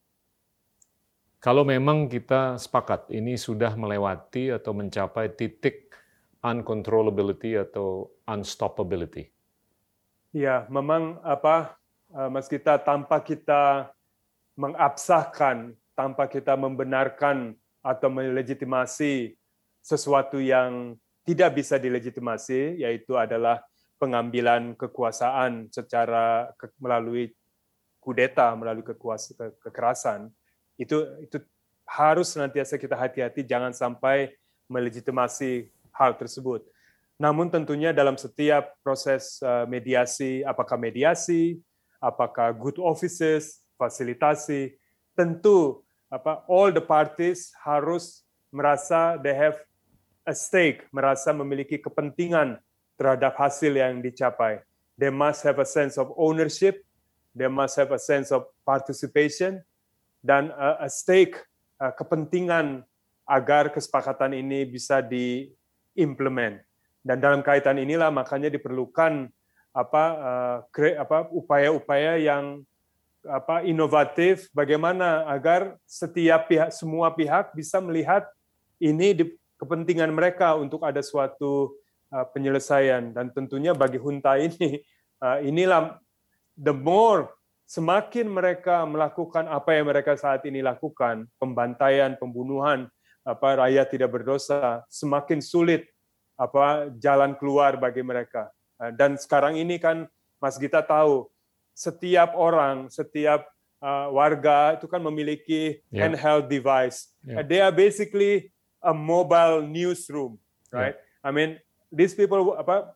Kalau memang kita sepakat ini sudah melewati atau mencapai titik uncontrollability atau unstoppability. Ya, memang apa, Mas Gita, tanpa kita mengabsahkan, tanpa kita membenarkan atau melegitimasi sesuatu yang tidak bisa dilegitimasi, yaitu adalah pengambilan kekuasaan secara ke, melalui kudeta, melalui kekuasa, ke, kekerasan, itu itu harus senantiasa kita hati-hati jangan sampai melegitimasi hal tersebut. Namun tentunya dalam setiap proses mediasi, apakah mediasi, apakah good offices, fasilitasi, tentu apa all the parties harus merasa they have a stake, merasa memiliki kepentingan terhadap hasil yang dicapai. They must have a sense of ownership, they must have a sense of participation, dan uh, a stake, uh, kepentingan agar kesepakatan ini bisa diimplement. Dan dalam kaitan inilah makanya diperlukan apa uh, kre, apa upaya-upaya yang apa inovatif, bagaimana agar setiap pihak, semua pihak bisa melihat ini di kepentingan mereka untuk ada suatu uh, penyelesaian. Dan tentunya bagi junta ini, uh, inilah the more semakin mereka melakukan apa yang mereka saat ini lakukan, pembantaian, pembunuhan, apa rakyat tidak berdosa, semakin sulit apa jalan keluar bagi mereka. Dan sekarang ini kan Mas Gita tahu, setiap orang, setiap uh, warga itu kan memiliki yeah. handheld device. Yeah. They are basically a mobile newsroom, right? Yeah. I mean, these people apa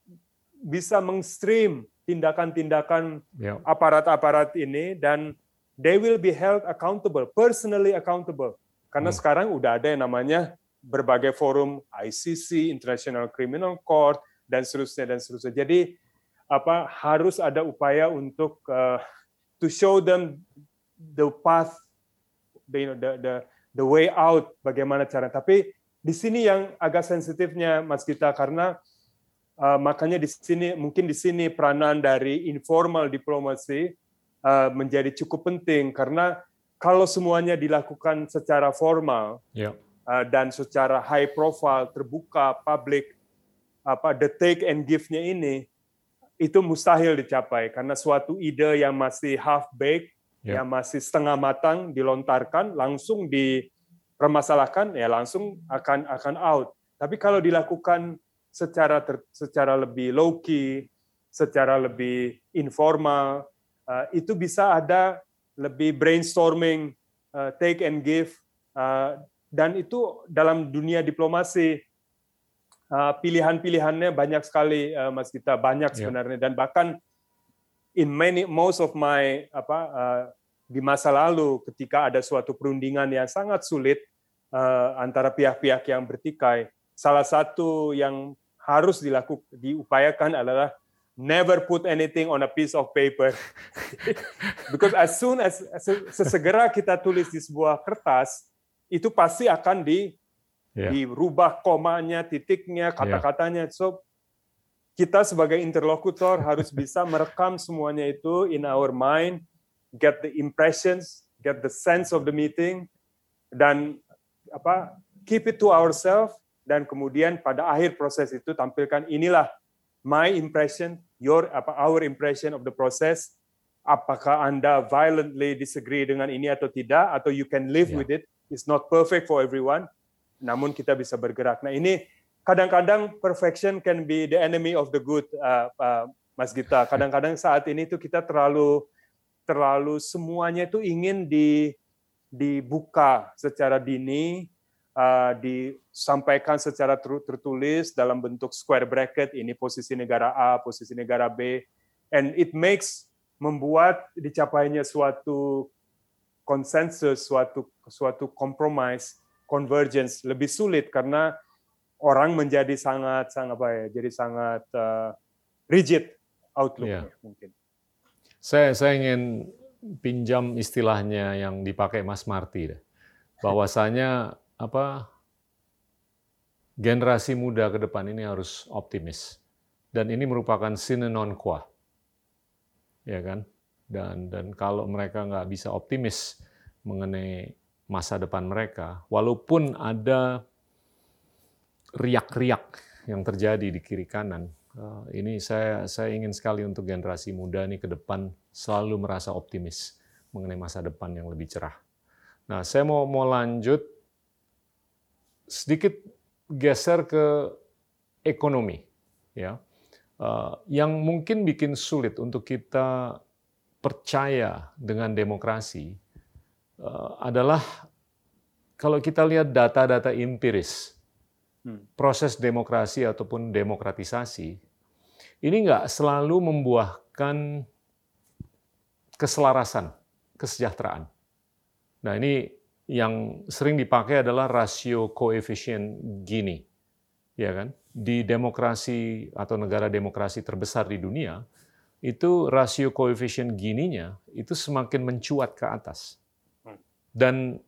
bisa mengstream tindakan-tindakan yeah. aparat-aparat ini, dan they will be held accountable, personally accountable. Karena hmm. sekarang udah ada yang namanya berbagai forum I C C, International Criminal Court, dan seterusnya, dan seterusnya. Jadi apa harus ada upaya untuk uh, to show them the path, the, you know, the, the, the way out, bagaimana cara. Tapi di sini yang agak sensitifnya, Mas Gita, karena Uh, makanya di sini mungkin di sini peranan dari informal diplomasi uh, menjadi cukup penting, karena kalau semuanya dilakukan secara formal yeah. uh, dan secara high profile, terbuka, public, apa the take and give-nya ini itu mustahil dicapai, karena suatu ide yang masih half baked, yeah. yang masih setengah matang dilontarkan langsung dipermasalahkan, ya langsung akan akan out. Tapi kalau dilakukan secara ter, secara lebih low key, secara lebih informal, uh, itu bisa ada lebih brainstorming, uh, take and give, uh, dan itu dalam dunia diplomasi uh, pilihan-pilihannya banyak sekali, uh, Mas Gita, banyak sebenarnya, yeah. dan bahkan in many most of my apa uh, di masa lalu ketika ada suatu perundingan yang sangat sulit uh, antara pihak-pihak yang bertikai, salah satu yang harus dilakukan, diupayakan adalah never put anything on a piece of paper. Because as soon as, sesegera kita tulis di sebuah kertas, itu pasti akan di, yeah. dirubah komanya, titiknya, kata-katanya. So, kita sebagai interlokutor harus bisa merekam semuanya itu in our mind, get the impressions, get the sense of the meeting, dan apa keep it to ourselves. Dan kemudian pada akhir proses itu tampilkan inilah my impression, your apa our impression of the process. Apakah Anda violently disagree dengan ini atau tidak, atau you can live yeah. with it. It's not perfect for everyone, namun kita bisa bergerak. Nah ini kadang-kadang perfection can be the enemy of the good, uh, uh, Mas Gita. Kadang-kadang saat ini tuh kita terlalu terlalu semuanya itu ingin di dibuka secara dini. Uh, disampaikan secara tertulis dalam bentuk square bracket, ini posisi negara A, posisi negara B, and it makes membuat dicapainya suatu konsensus, suatu suatu compromise, convergence lebih sulit karena orang menjadi sangat sangat apa ya, jadi sangat uh, rigid outlook-nya yeah. mungkin. Saya saya ingin pinjam istilahnya yang dipakai Mas Marty, bahwasanya apa generasi muda ke depan ini harus optimis, dan ini merupakan sine non qua, ya kan? Dan dan kalau mereka nggak bisa optimis mengenai masa depan mereka, walaupun ada riak-riak yang terjadi di kiri kanan, ini saya saya ingin sekali untuk generasi muda ini ke depan selalu merasa optimis mengenai masa depan yang lebih cerah. Nah, saya mau mau lanjut sedikit geser ke ekonomi, ya, uh, yang mungkin bikin sulit untuk kita percaya dengan demokrasi uh, adalah kalau kita lihat data-data empiris, hmm. proses demokrasi ataupun demokratisasi ini nggak selalu membuahkan keselarasan, kesejahteraan. Nah ini yang sering dipakai adalah rasio koefisien Gini, ya kan? Di demokrasi atau negara demokrasi terbesar di dunia, itu rasio koefisien Gininya itu semakin mencuat ke atas. Dan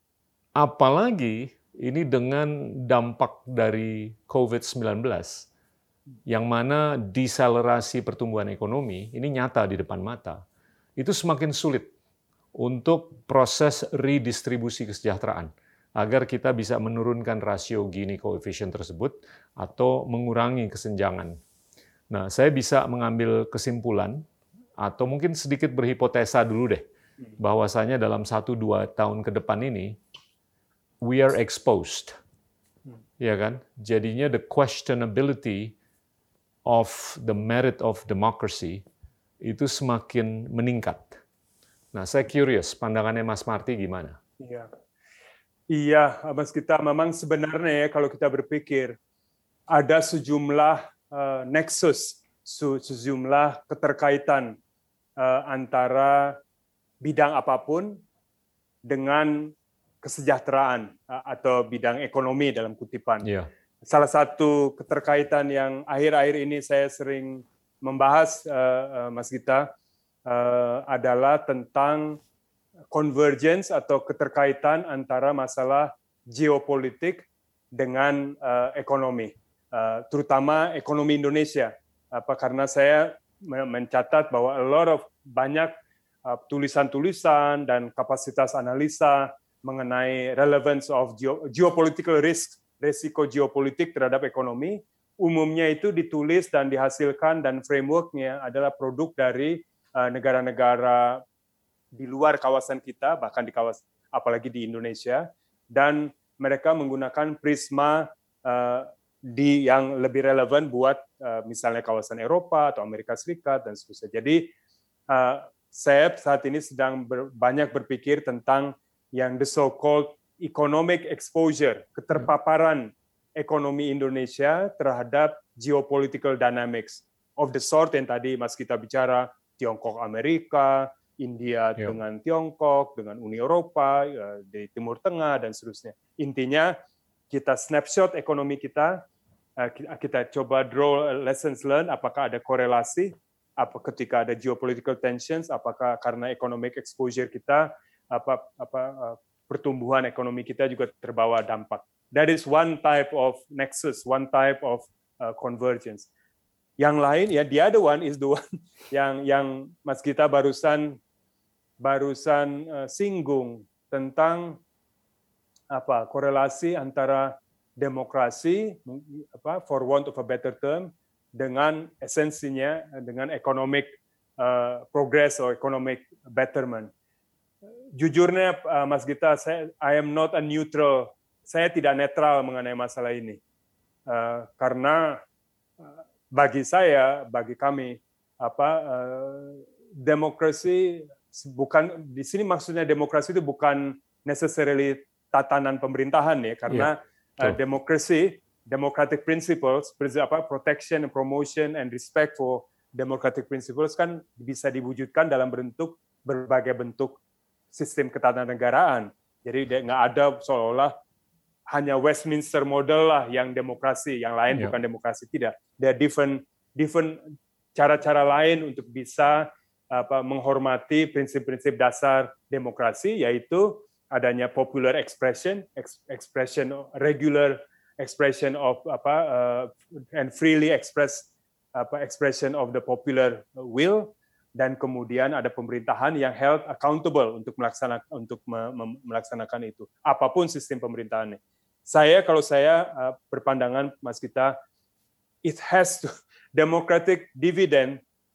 apalagi ini dengan dampak dari covid sembilan belas, yang mana deselerasi pertumbuhan ekonomi ini nyata di depan mata, itu semakin sulit untuk proses redistribusi kesejahteraan agar kita bisa menurunkan rasio Gini coefficient tersebut atau mengurangi kesenjangan. Nah, saya bisa mengambil kesimpulan atau mungkin sedikit berhipotesa dulu deh, bahwasanya dalam satu dua tahun ke depan ini we are exposed. Ya kan? Jadinya the questionability of the merit of democracy itu semakin meningkat. Nah, saya curious, pandangannya Mas Marty gimana? Iya. Iya, Mas Gita, memang sebenarnya ya kalau kita berpikir ada sejumlah uh, nexus, sejumlah keterkaitan uh, antara bidang apapun dengan kesejahteraan uh, atau bidang ekonomi dalam kutipan. Yeah. Salah satu keterkaitan yang akhir-akhir ini saya sering membahas, uh, uh, Mas Gita, uh, adalah tentang convergence atau keterkaitan antara masalah geopolitik dengan uh, ekonomi, uh, terutama ekonomi Indonesia. Apa karena saya mencatat bahwa a lot of banyak uh, tulisan-tulisan dan kapasitas analisa mengenai relevance of geo geopolitical risk, risiko geopolitik terhadap ekonomi, umumnya itu ditulis dan dihasilkan dan frameworknya adalah produk dari uh, negara-negara di luar kawasan kita, bahkan di kawasan apalagi di Indonesia, dan mereka menggunakan prisma uh, di yang lebih relevan buat uh, misalnya kawasan Eropa atau Amerika Serikat dan seterusnya. Jadi uh, saya saat ini sedang ber, banyak berpikir tentang yang the so-called economic exposure, keterpaparan ekonomi Indonesia terhadap geopolitical dynamics of the sort yang tadi Mas kita bicara, Tiongkok Amerika, India yeah. dengan Tiongkok, dengan Uni Eropa, di Timur Tengah, dan seterusnya. Intinya, kita snapshot ekonomi kita, kita coba draw lessons learned, apakah ada korelasi, apa ketika ada geopolitical tensions, apakah karena economic exposure kita, apa, apa pertumbuhan ekonomi kita juga terbawa dampak. That is one type of nexus, one type of uh, convergence. Yang lain, ya, the other one is the one yang yang Mas Gita barusan barusan uh, singgung tentang apa korelasi antara demokrasi, apa for want of a better term, dengan esensinya dengan economic uh, progress or economic betterment. Jujurnya uh, Mas Gita, saya I am not a neutral, saya tidak netral mengenai masalah ini uh, karena uh, bagi saya, bagi kami, apa uh, demokrasi bukan di sini maksudnya demokrasi itu bukan necessarily tatanan pemerintahan ya, karena yeah. uh, demokrasi, democratic principles, apa protection, promotion, and respect for democratic principles kan bisa diwujudkan dalam bentuk berbagai bentuk sistem ketatanegaraan. Jadi nggak ada seolah-olah hanya Westminster model lah yang demokrasi, yang lain yeah. bukan demokrasi, tidak. There are different different cara-cara lain untuk bisa apa menghormati prinsip-prinsip dasar demokrasi, yaitu adanya popular expression, expression regular expression of apa uh, and freely express apa expression of the popular will, dan kemudian ada pemerintahan yang held accountable untuk melaksanakan untuk me, me, melaksanakan itu, apapun sistem pemerintahannya. Saya kalau saya uh, berpandangan Mas Gita, it has to democratic dividend.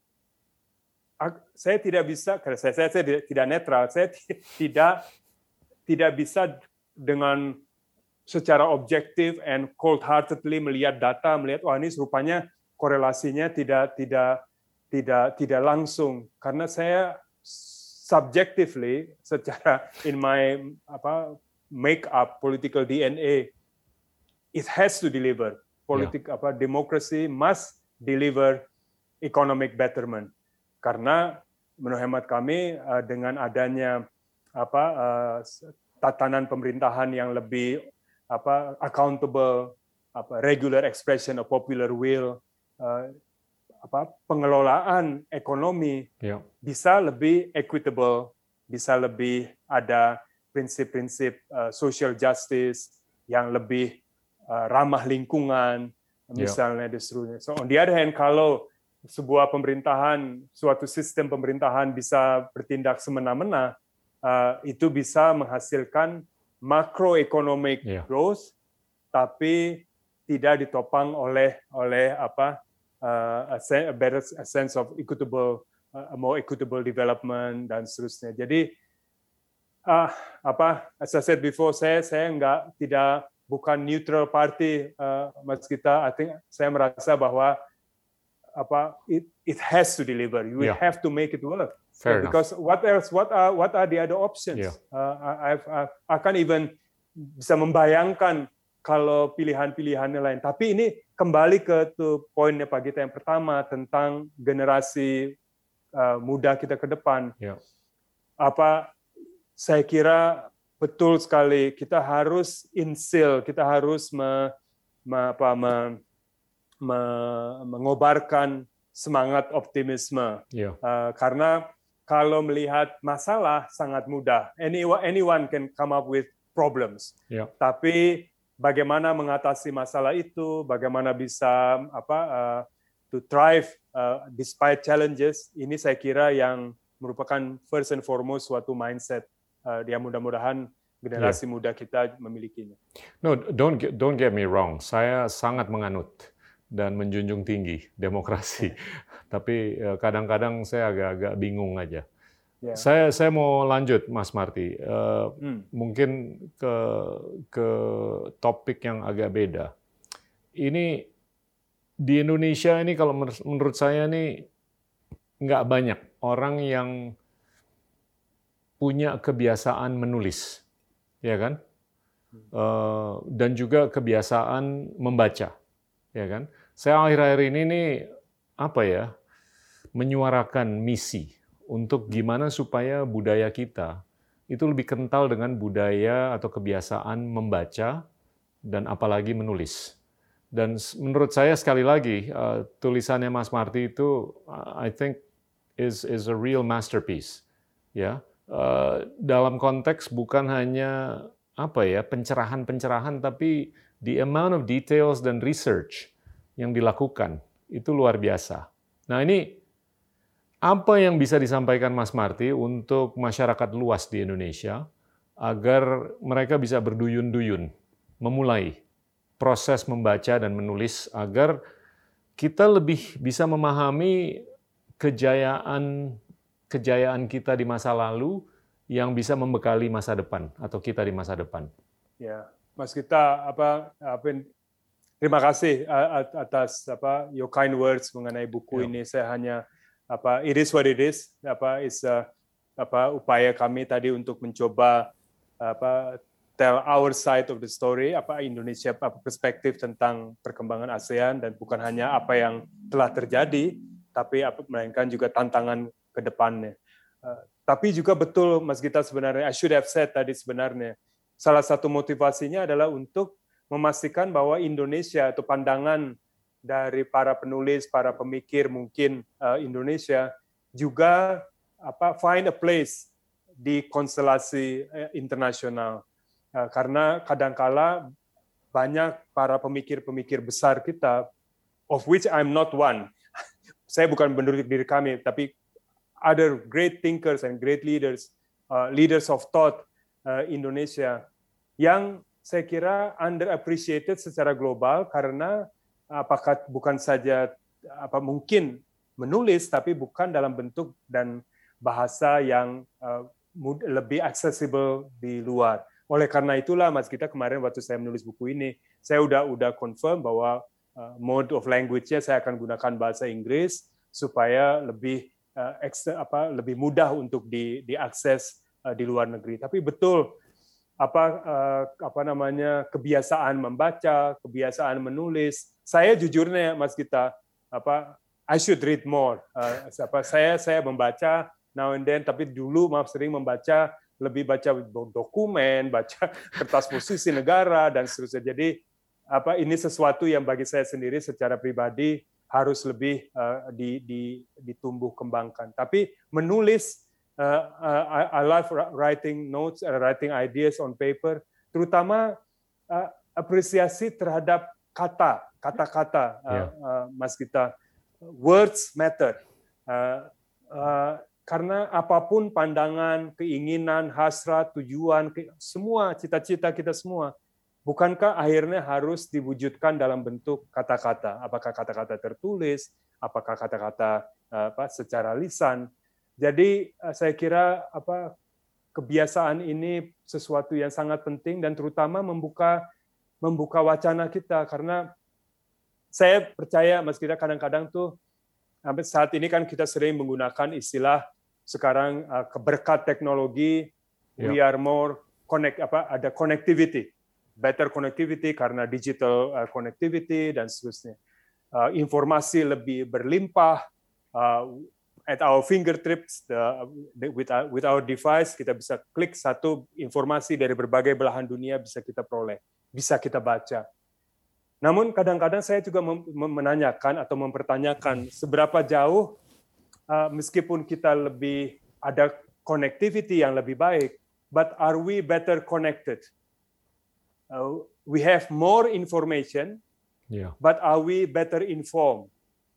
Saya tidak bisa, karena saya, saya, saya tidak netral, saya tidak tidak bisa dengan secara objektif and cold-heartedly melihat data, melihat wah ini rupanya korelasinya tidak tidak tidak tidak langsung, karena saya subjectively secara in my apa make up political D N A, it has to deliver politik yeah. apa demokrasi must deliver economic betterment. Karena menurut hemat kami dengan adanya apa tatanan pemerintahan yang lebih apa accountable, apa regular expression of popular will, apa pengelolaan ekonomi yeah. bisa lebih equitable, bisa lebih ada prinsip-prinsip uh, social justice yang lebih uh, ramah lingkungan, misalnya yeah. seterusnya. So on the other hand, kalau sebuah pemerintahan, suatu sistem pemerintahan bisa bertindak semena-mena, uh, itu bisa menghasilkan macroeconomic yeah. growth, tapi tidak ditopang oleh oleh apa uh, a, a better a sense of equitable, uh, a more equitable development dan seterusnya. Jadi uh, apa, as I said before, saya saya enggak tidak bukan neutral party, uh, Mas Gita. I think saya merasa bahwa apa it it has to deliver. You yeah. have to make it work. Fair because enough. what else? What are what are the other options? Yeah. Uh, I, I I can't even bisa membayangkan kalau pilihan-pilihannya lain. Tapi ini kembali ke tuh poinnya Pak Gita yang pertama tentang generasi uh, muda kita ke depan. Yeah. Apa saya kira betul sekali kita harus instill, kita harus me, me, apa, me, mengobarkan semangat optimisme, yeah. uh, karena kalau melihat masalah sangat mudah, anyone, anyone can come up with problems, yeah. tapi bagaimana mengatasi masalah itu, bagaimana bisa apa uh, to thrive uh, despite challenges, ini saya kira yang merupakan first and foremost suatu mindset uh, yang mudah-mudahan generasi yeah. muda kita memilikinya. No, don't get, don't get me wrong, saya sangat menganut dan menjunjung tinggi demokrasi. Tapi kadang-kadang saya agak-agak bingung aja. Yeah. Saya saya mau lanjut, Mas Marty. Uh, hmm. Mungkin ke ke topik yang agak beda. Ini di Indonesia ini kalau menurut saya nih nggak banyak orang yang punya kebiasaan menulis, ya kan? Uh, dan juga kebiasaan membaca. Ya kan? Saya akhir-akhir ini nih apa ya menyuarakan misi untuk gimana supaya budaya kita itu lebih kental dengan budaya atau kebiasaan membaca dan apalagi menulis. Dan menurut saya sekali lagi uh, tulisannya Mas Marty itu uh, I think is is a real masterpiece. Ya, uh, dalam konteks bukan hanya apa ya pencerahan-pencerahan tapi the amount of details dan research yang dilakukan itu luar biasa. Nah ini apa yang bisa disampaikan Mas Marty untuk masyarakat luas di Indonesia agar mereka bisa berduyun-duyun memulai proses membaca dan menulis agar kita lebih bisa memahami kejayaan kejayaan kita di masa lalu yang bisa membekali masa depan atau kita di masa depan. Ya. Mas Gita, apa, apa terima kasih atas apa your kind words mengenai buku yeah. ini. Saya hanya apa it is what it is, apa is uh, apa upaya kami tadi untuk mencoba apa tell our side of the story, apa Indonesia apa perspektif tentang perkembangan ASEAN dan bukan hanya apa yang telah terjadi, tapi apa melainkan juga tantangan ke depannya. Uh, tapi juga betul Mas Gita sebenarnya I should have said tadi sebenarnya salah satu motivasinya adalah untuk memastikan bahwa Indonesia atau pandangan dari para penulis, para pemikir mungkin uh, Indonesia juga apa find a place di konstelasi uh, internasional. Uh, karena kadangkala banyak para pemikir-pemikir besar kita, of which I'm not one. Saya bukan menurut diri kami, tapi other great thinkers and great leaders, uh, leaders of thought Uh, Indonesia yang saya kira underappreciated secara global karena apakah bukan saja apa mungkin menulis tapi bukan dalam bentuk dan bahasa yang uh, lebih accessible di luar. Oleh karena itulah Mas Gita kemarin waktu saya menulis buku ini saya udah udah confirm bahwa uh, mode of language-nya saya akan gunakan bahasa Inggris supaya lebih uh, ekstra, apa lebih mudah untuk di diakses di luar negeri. Tapi betul apa uh, apa namanya kebiasaan membaca, kebiasaan menulis. Saya jujurnya Mas Gita, apa I should read more. Uh, apa saya saya membaca now and then, tapi dulu maaf sering membaca lebih baca dokumen, baca kertas posisi negara dan seterusnya. Jadi apa ini sesuatu yang bagi saya sendiri secara pribadi harus lebih uh, di, di, ditumbuh kembangkan. Tapi menulis Uh, uh, I, I love writing notes, uh, writing ideas on paper, terutama uh, apresiasi terhadap kata, kata-kata, uh, yeah. uh, Mas Gita. Words matter. Uh, uh, karena apapun pandangan, keinginan, hasrat, tujuan, semua cita-cita kita semua, bukankah akhirnya harus diwujudkan dalam bentuk kata-kata? Apakah kata-kata tertulis? Apakah kata-kata apa secara lisan? Jadi saya kira apa kebiasaan ini sesuatu yang sangat penting dan terutama membuka membuka wacana kita, karena saya percaya Mas kita kadang-kadang tuh sampai saat ini kan kita sering menggunakan istilah sekarang uh, berkat teknologi, yep. we are more connect apa ada connectivity, better connectivity karena digital uh, connectivity dan seterusnya. Uh, informasi lebih berlimpah uh, at our fingertips, the, the, with, our, with our device kita bisa klik satu informasi dari berbagai belahan dunia bisa kita peroleh, bisa kita baca. Namun kadang-kadang saya juga menanyakan atau mempertanyakan seberapa jauh uh, meskipun kita lebih ada connectivity yang lebih baik, but are we better connected? Uh, we have more information, yeah. but are we better informed?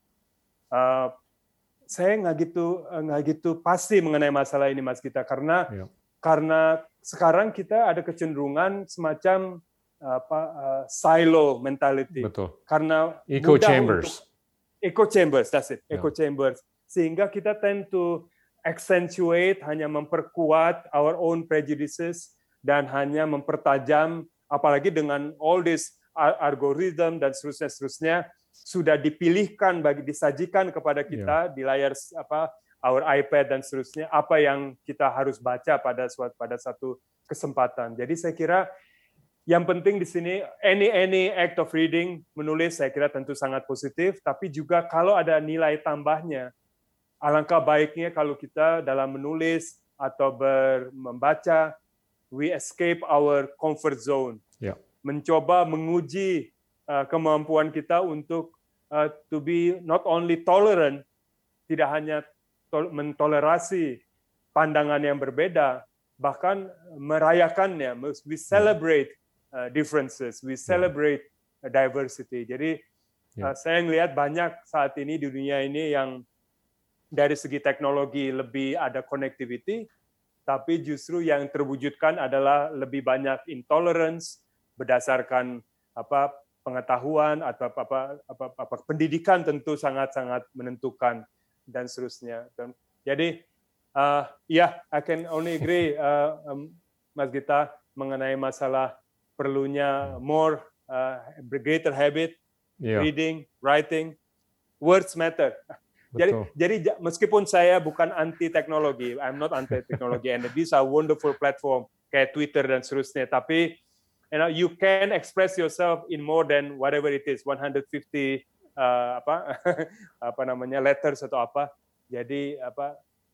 Uh, saya nggak gitu nggak gitu pasti mengenai masalah ini Mas Gita, karena yeah. karena sekarang kita ada kecenderungan semacam apa uh, silo mentality. Betul. Karena echo chambers. Untuk, echo chambers, that's it. Yeah. Echo chambers. Sehingga kita tend to accentuate, hanya memperkuat our own prejudices dan hanya mempertajam, apalagi dengan all this algorithm dan seterusnya seterusnya sudah dipilihkan bagi disajikan kepada kita yeah. di layar apa our iPad dan seterusnya apa yang kita harus baca pada suatu pada satu kesempatan. Jadi saya kira yang penting di sini, any any act of reading, menulis, saya kira tentu sangat positif, tapi juga kalau ada nilai tambahnya, alangkah baiknya kalau kita dalam menulis atau ber, membaca, we escape our comfort zone, yeah. mencoba menguji uh, kemampuan kita untuk uh, to be not only tolerant, tidak hanya tol- mentolerasi pandangan yang berbeda, bahkan merayakannya, we celebrate Uh, differences, we celebrate uh, diversity. Jadi uh, yeah. saya melihat banyak saat ini di dunia ini yang dari segi teknologi lebih ada connectivity, tapi justru yang terwujudkan adalah lebih banyak intolerance berdasarkan apa pengetahuan atau apa apa, apa, apa pendidikan tentu sangat-sangat menentukan dan seterusnya. Dan, jadi uh, ya, yeah, I can only agree, uh, um, Mas Gita, mengenai masalah perlunya more uh, greater habit, yeah. reading, writing, words matter. Jadi, jadi meskipun saya bukan anti teknologi, I'm not anti teknologi, and these are wonderful platform kayak Twitter dan seterusnya. Tapi, you know, you can express yourself in more than whatever it is, one hundred fifty uh, apa apa namanya letters atau apa. Jadi apa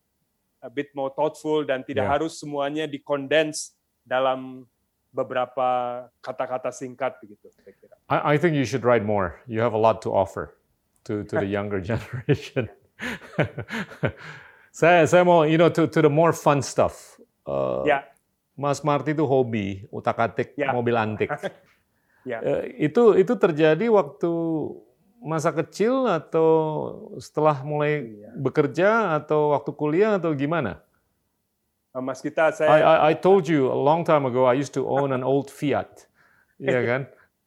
a bit more thoughtful dan tidak yeah. harus semuanya dikondense dalam beberapa kata-kata singkat begitu saya kira. I, I think you should write more. You have a lot to offer to to the younger generation. saya saya mau you know to to the more fun stuff. Uh, yeah. Mas Marty itu hobi utak-atik yeah. mobil antik. yeah. uh, itu itu terjadi waktu masa kecil atau setelah mulai yeah. bekerja atau waktu kuliah atau gimana? Mas Gita, saya I, I, I told you a long time ago I used to own an old Fiat, iya kan?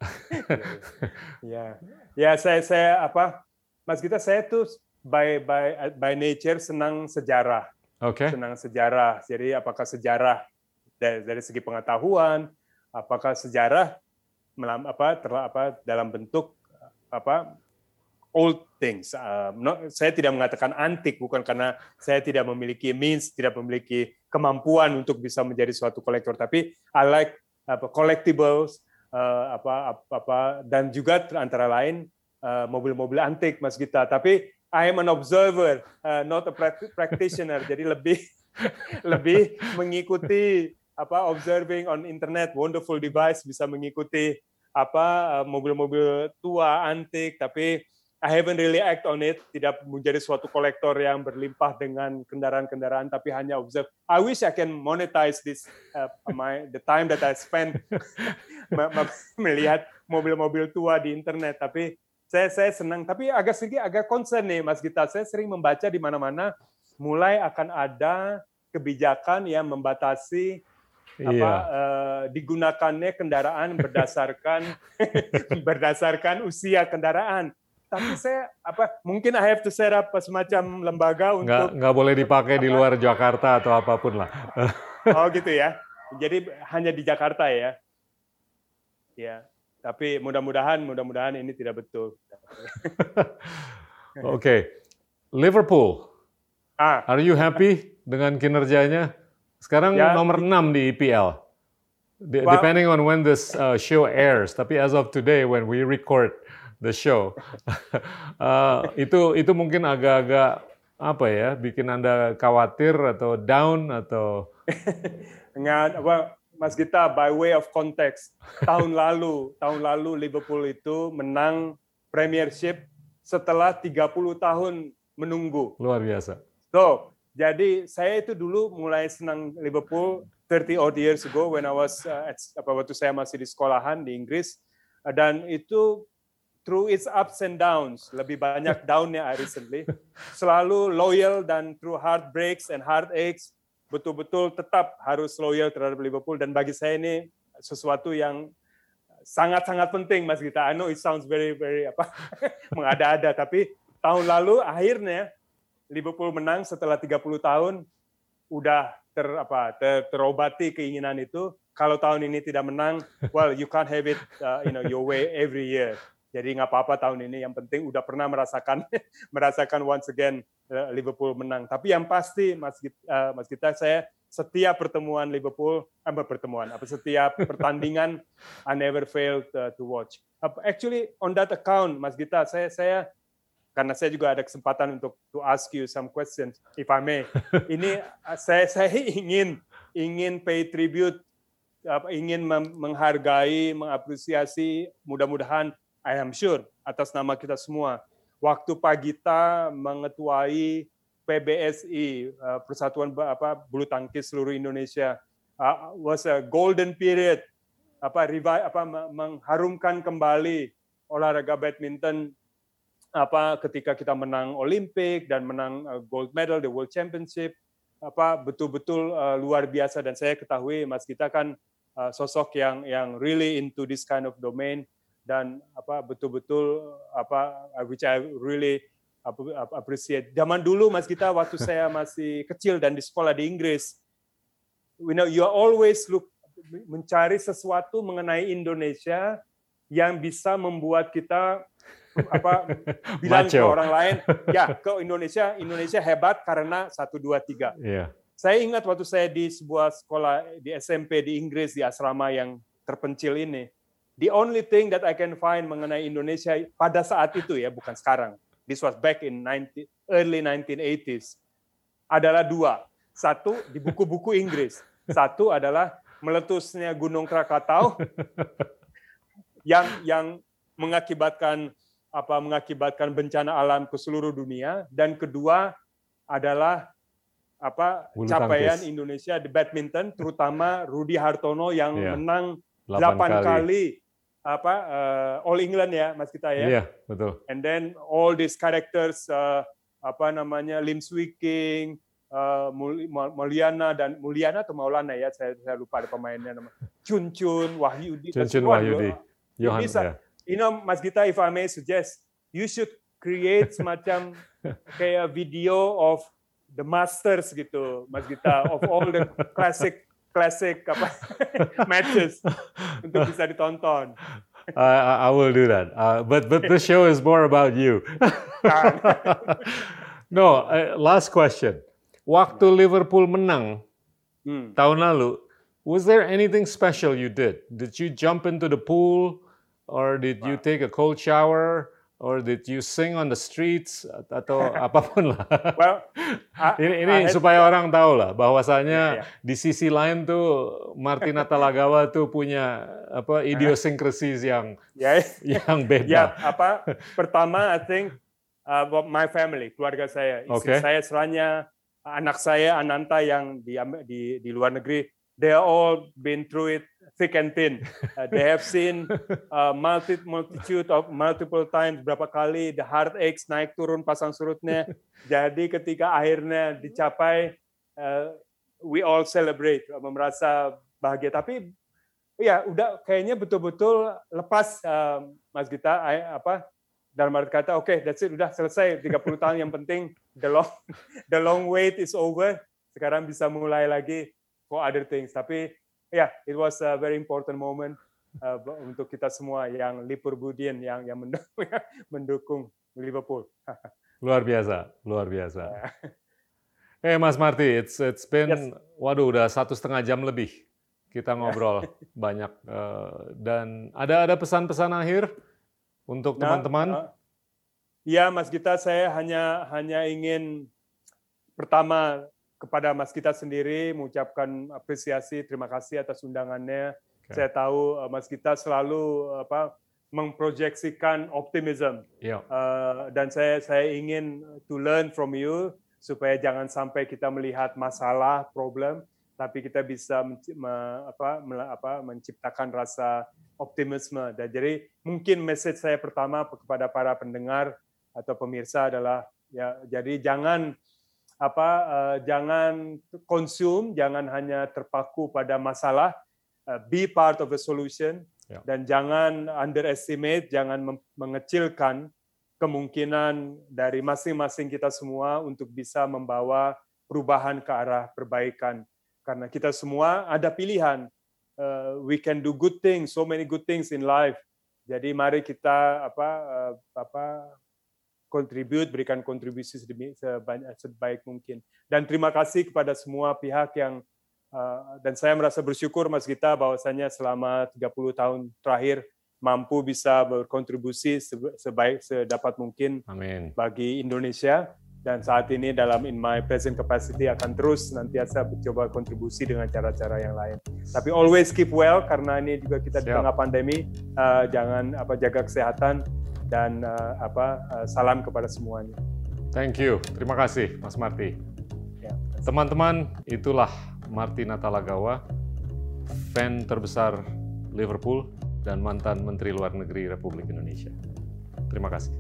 ya, ya saya saya apa, Mas Gita, saya tuh by by by nature senang sejarah, okay. senang sejarah. Jadi apakah sejarah dari, dari segi pengetahuan, apakah sejarah melam, apa, terla, apa dalam bentuk apa old things. Uh, no, saya tidak mengatakan antik, bukan karena saya tidak memiliki means, tidak memiliki kemampuan untuk bisa menjadi suatu kolektor, tapi I like apa, collectibles, uh, apa, apa, apa, dan juga antara lain uh, mobil-mobil antik, Mas Gita. Tapi I am an observer, uh, not a practitioner. Jadi lebih lebih mengikuti apa observing on internet, wonderful device bisa mengikuti apa mobil-mobil tua antik, tapi I haven't really act on it, tidak menjadi suatu kolektor yang berlimpah dengan kendaraan-kendaraan, tapi hanya observe. I wish I can monetize this, uh, my the time that I spend melihat mobil-mobil tua di internet. Tapi saya saya senang, tapi agak sedikit agak concern nih, Mas Gita. Saya sering membaca di mana-mana mulai akan ada kebijakan yang membatasi apa Iya. uh, digunakannya kendaraan berdasarkan berdasarkan usia kendaraan. Tapi saya apa mungkin I have to set up semacam lembaga Nggak, untuk nggak boleh dipakai di apa? luar Jakarta atau apapun lah. Oh gitu ya. Jadi hanya di Jakarta ya. Ya. Tapi mudah-mudahan mudah-mudahan ini tidak betul. Oke. Okay. Liverpool. Ah, Are you happy dengan kinerjanya? Sekarang ya, nomor enam di E P L. De- well, depending on when this uh, show airs. Tapi as of today when we record the show, uh, itu itu mungkin agak-agak apa ya, bikin Anda khawatir atau down atau Enggak, apa, Mas Gita, by way of context, tahun lalu, tahun lalu Liverpool itu menang Premiership setelah tiga puluh tahun menunggu. luar biasa. So, jadi saya itu dulu mulai senang Liverpool thirty odd years ago when I was uh, at, apa waktu saya masih di sekolahan di Inggris, dan itu through its ups and downs, lebih banyak down-nya recently, selalu loyal dan through heartbreaks and heartaches, betul-betul tetap harus loyal terhadap Liverpool, dan bagi saya ini sesuatu yang sangat-sangat penting, Mas Gita. I know it sounds very very apa mengada-ada, tapi tahun lalu akhirnya Liverpool menang setelah tiga puluh tahun, udah ter apa ter, terobati keinginan itu. Kalau tahun ini tidak menang, well you can't have it uh, you know your way every year. Jadi nggak apa-apa tahun ini, yang penting udah pernah merasakan merasakan once again uh, Liverpool menang. Tapi yang pasti Mas Gita, uh, Mas Gita, saya setiap pertemuan Liverpool, apa pertemuan, apa setiap pertandingan I never failed uh, to watch. Uh, actually on that account, Mas Gita, saya saya karena saya juga ada kesempatan untuk to ask you some questions, if I may. Ini saya saya ingin ingin pay tribute, ingin menghargai, mengapresiasi, mudah-mudahan, I am sure, atas nama kita semua, waktu Pak Gita mengetuai P B S I, Persatuan apa Bulu Tangkis Seluruh Indonesia, uh, was a golden period, apa revive, apa mengharumkan kembali olahraga badminton, apa ketika kita menang Olimpik dan menang uh, gold medal the World Championship, apa betul-betul uh, luar biasa. Dan saya ketahui Mas Gita kan uh, sosok yang yang really into this kind of domain, dan apa betul-betul apa which I really appreciate. Zaman dulu Mas Gita, waktu saya masih kecil dan di sekolah di Inggris, you know, you always look mencari sesuatu mengenai Indonesia yang bisa membuat kita apa bilang Macho. ke orang lain, ya ke Indonesia, Indonesia hebat karena satu dua tiga. Yeah. Saya ingat waktu saya di sebuah sekolah di S M P di Inggris, di asrama yang terpencil ini, the only thing that I can find mengenai Indonesia pada saat itu, ya bukan sekarang, this was back in early nineteen eighties, adalah dua. Satu di buku-buku Inggris, satu adalah meletusnya Gunung Krakatau yang yang mengakibatkan apa mengakibatkan bencana alam ke seluruh dunia, dan kedua adalah apa Bulu capaian tangkis Indonesia di badminton, terutama Rudy Hartono yang yeah. menang delapan kali, kali apa uh, All England ya Mas Gita ya. Iya, yeah, betul. And then all these characters uh, apa namanya Lim Swee King, uh, Mulyana dan Mulyana atau Maulana ya, saya, saya lupa ada pemainnya nama. Chun Chun Wahyudi. Chun Chun Wahyudi. Johan, ya. You know, Mas Gita, if I may suggest, you should create semacam kayak video of the masters gitu, Mas Gita, of all the classic classic apa matches untuk bisa ditonton. I, I will do that. Uh, but but this show is more about you. No, uh, last question. Waktu Liverpool menang hmm. tahun lalu, was there anything special you did? Did you jump into the pool? Or did you take a cold shower? Or did you sing on the streets? Atau apapun lah. Well, I, ini ini I supaya had... orang tahu lah bahwasanya yeah, yeah. di sisi lain tuh Martin Natalegawa tuh punya apa idiosyncrasies yang yeah, yang beda. Ya, yeah, apa pertama I think uh, my family, keluarga saya, istri okay. saya, seranya anak saya Ananta yang di di di luar negeri, they are all been through it thick and thin. Uh, they have seen uh, multi multitude of multiple times, berapa kali the heartaches naik turun pasang surutnya. Jadi ketika akhirnya dicapai, uh, we all celebrate, merasa bahagia. Tapi ya udah kayaknya betul-betul lepas uh, Mas Gita, apa dalam arti kata, oke, okay, that's it, udah selesai tiga puluh tahun, yang penting the long the long wait is over. Sekarang bisa mulai lagi for other things. Tapi ya, yeah, it was a very important moment uh, untuk kita semua yang Liverpoolian, yang yang mendukung, mendukung Liverpool. Luar biasa, luar biasa. Eh, hey, Mas Marty, it's it's been, yes. waduh, udah satu setengah jam lebih kita ngobrol banyak. Uh, dan ada ada pesan-pesan akhir untuk teman-teman? Nah, uh, ya, Mas Gita, saya hanya hanya ingin pertama kepada Mas Gita sendiri mengucapkan apresiasi, terima kasih atas undangannya. Okay. Saya tahu uh, Mas Gita selalu apa memproyeksikan optimism, yeah. uh, dan saya saya ingin to learn from you supaya jangan sampai kita melihat masalah, problem, tapi kita bisa menci- me, apa, me, apa, menciptakan rasa optimisme. Dan jadi mungkin message saya pertama kepada para pendengar atau pemirsa adalah ya, jadi jangan apa uh, jangan konsum, jangan hanya terpaku pada masalah, uh, be part of the solution, yeah. Dan jangan underestimate, jangan mengecilkan kemungkinan dari masing-masing kita semua untuk bisa membawa perubahan ke arah perbaikan. Karena kita semua ada pilihan. Uh, we can do good things, so many good things in life. Jadi mari kita apa uh, apa contribute, berikan kontribusi sebanyak sebaik mungkin. Dan terima kasih kepada semua pihak yang uh, dan saya merasa bersyukur Mas Gita bahwasanya selama tiga puluh tahun terakhir mampu bisa berkontribusi sebaik sedapat mungkin. Amin. Bagi Indonesia. Dan saat ini dalam in my present capacity akan terus nantiasa mencoba kontribusi dengan cara-cara yang lain. Tapi always keep well, karena ini juga kita di tengah pandemi. Uh, jangan apa jaga kesehatan dan uh, apa uh, salam kepada semuanya. Thank you, terima kasih Mas Marty. Ya, teman-teman, itulah Marty Natalegawa, fan terbesar Liverpool dan mantan Menteri Luar Negeri Republik Indonesia. Terima kasih.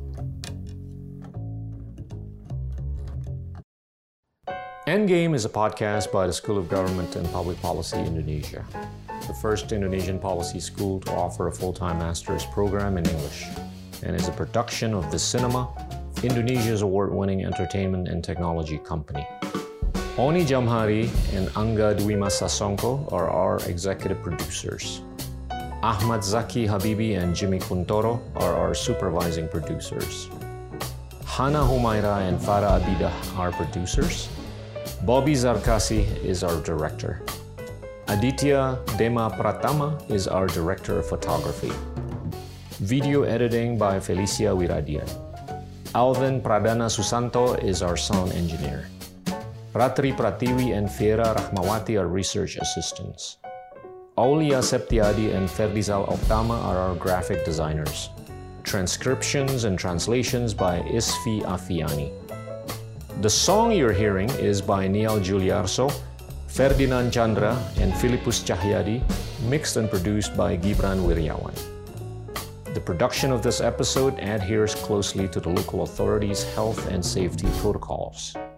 Endgame is a podcast by the School of Government and Public Policy Indonesia, the first Indonesian policy school to offer a full-time master's program in English, and is a production of The Cinema, Indonesia's award-winning entertainment and technology company. Oni Jamhari and Angga Dwi Mas Sasongko are our executive producers. Ahmad Zaki Habibi and Jimmy Kuntoro are our supervising producers. Hana Humaira and Farah Abidah are producers. Bobby Zarkasi is our director. Aditya Dema Pratama is our director of photography. Video editing by Felicia Wiradian. Alvin Pradana Susanto is our sound engineer. Ratri Pratiwi and Fiera Rahmawati are research assistants. Aulia Septiadi and Ferdizal Oktama are our graphic designers. Transcriptions and translations by Isfi Afiani. The song you're hearing is by Niall Juliarso, Ferdinand Chandra, and Philippus Cahyadi, mixed and produced by Gibran Wiryawan. The production of this episode adheres closely to the local authorities' health and safety protocols.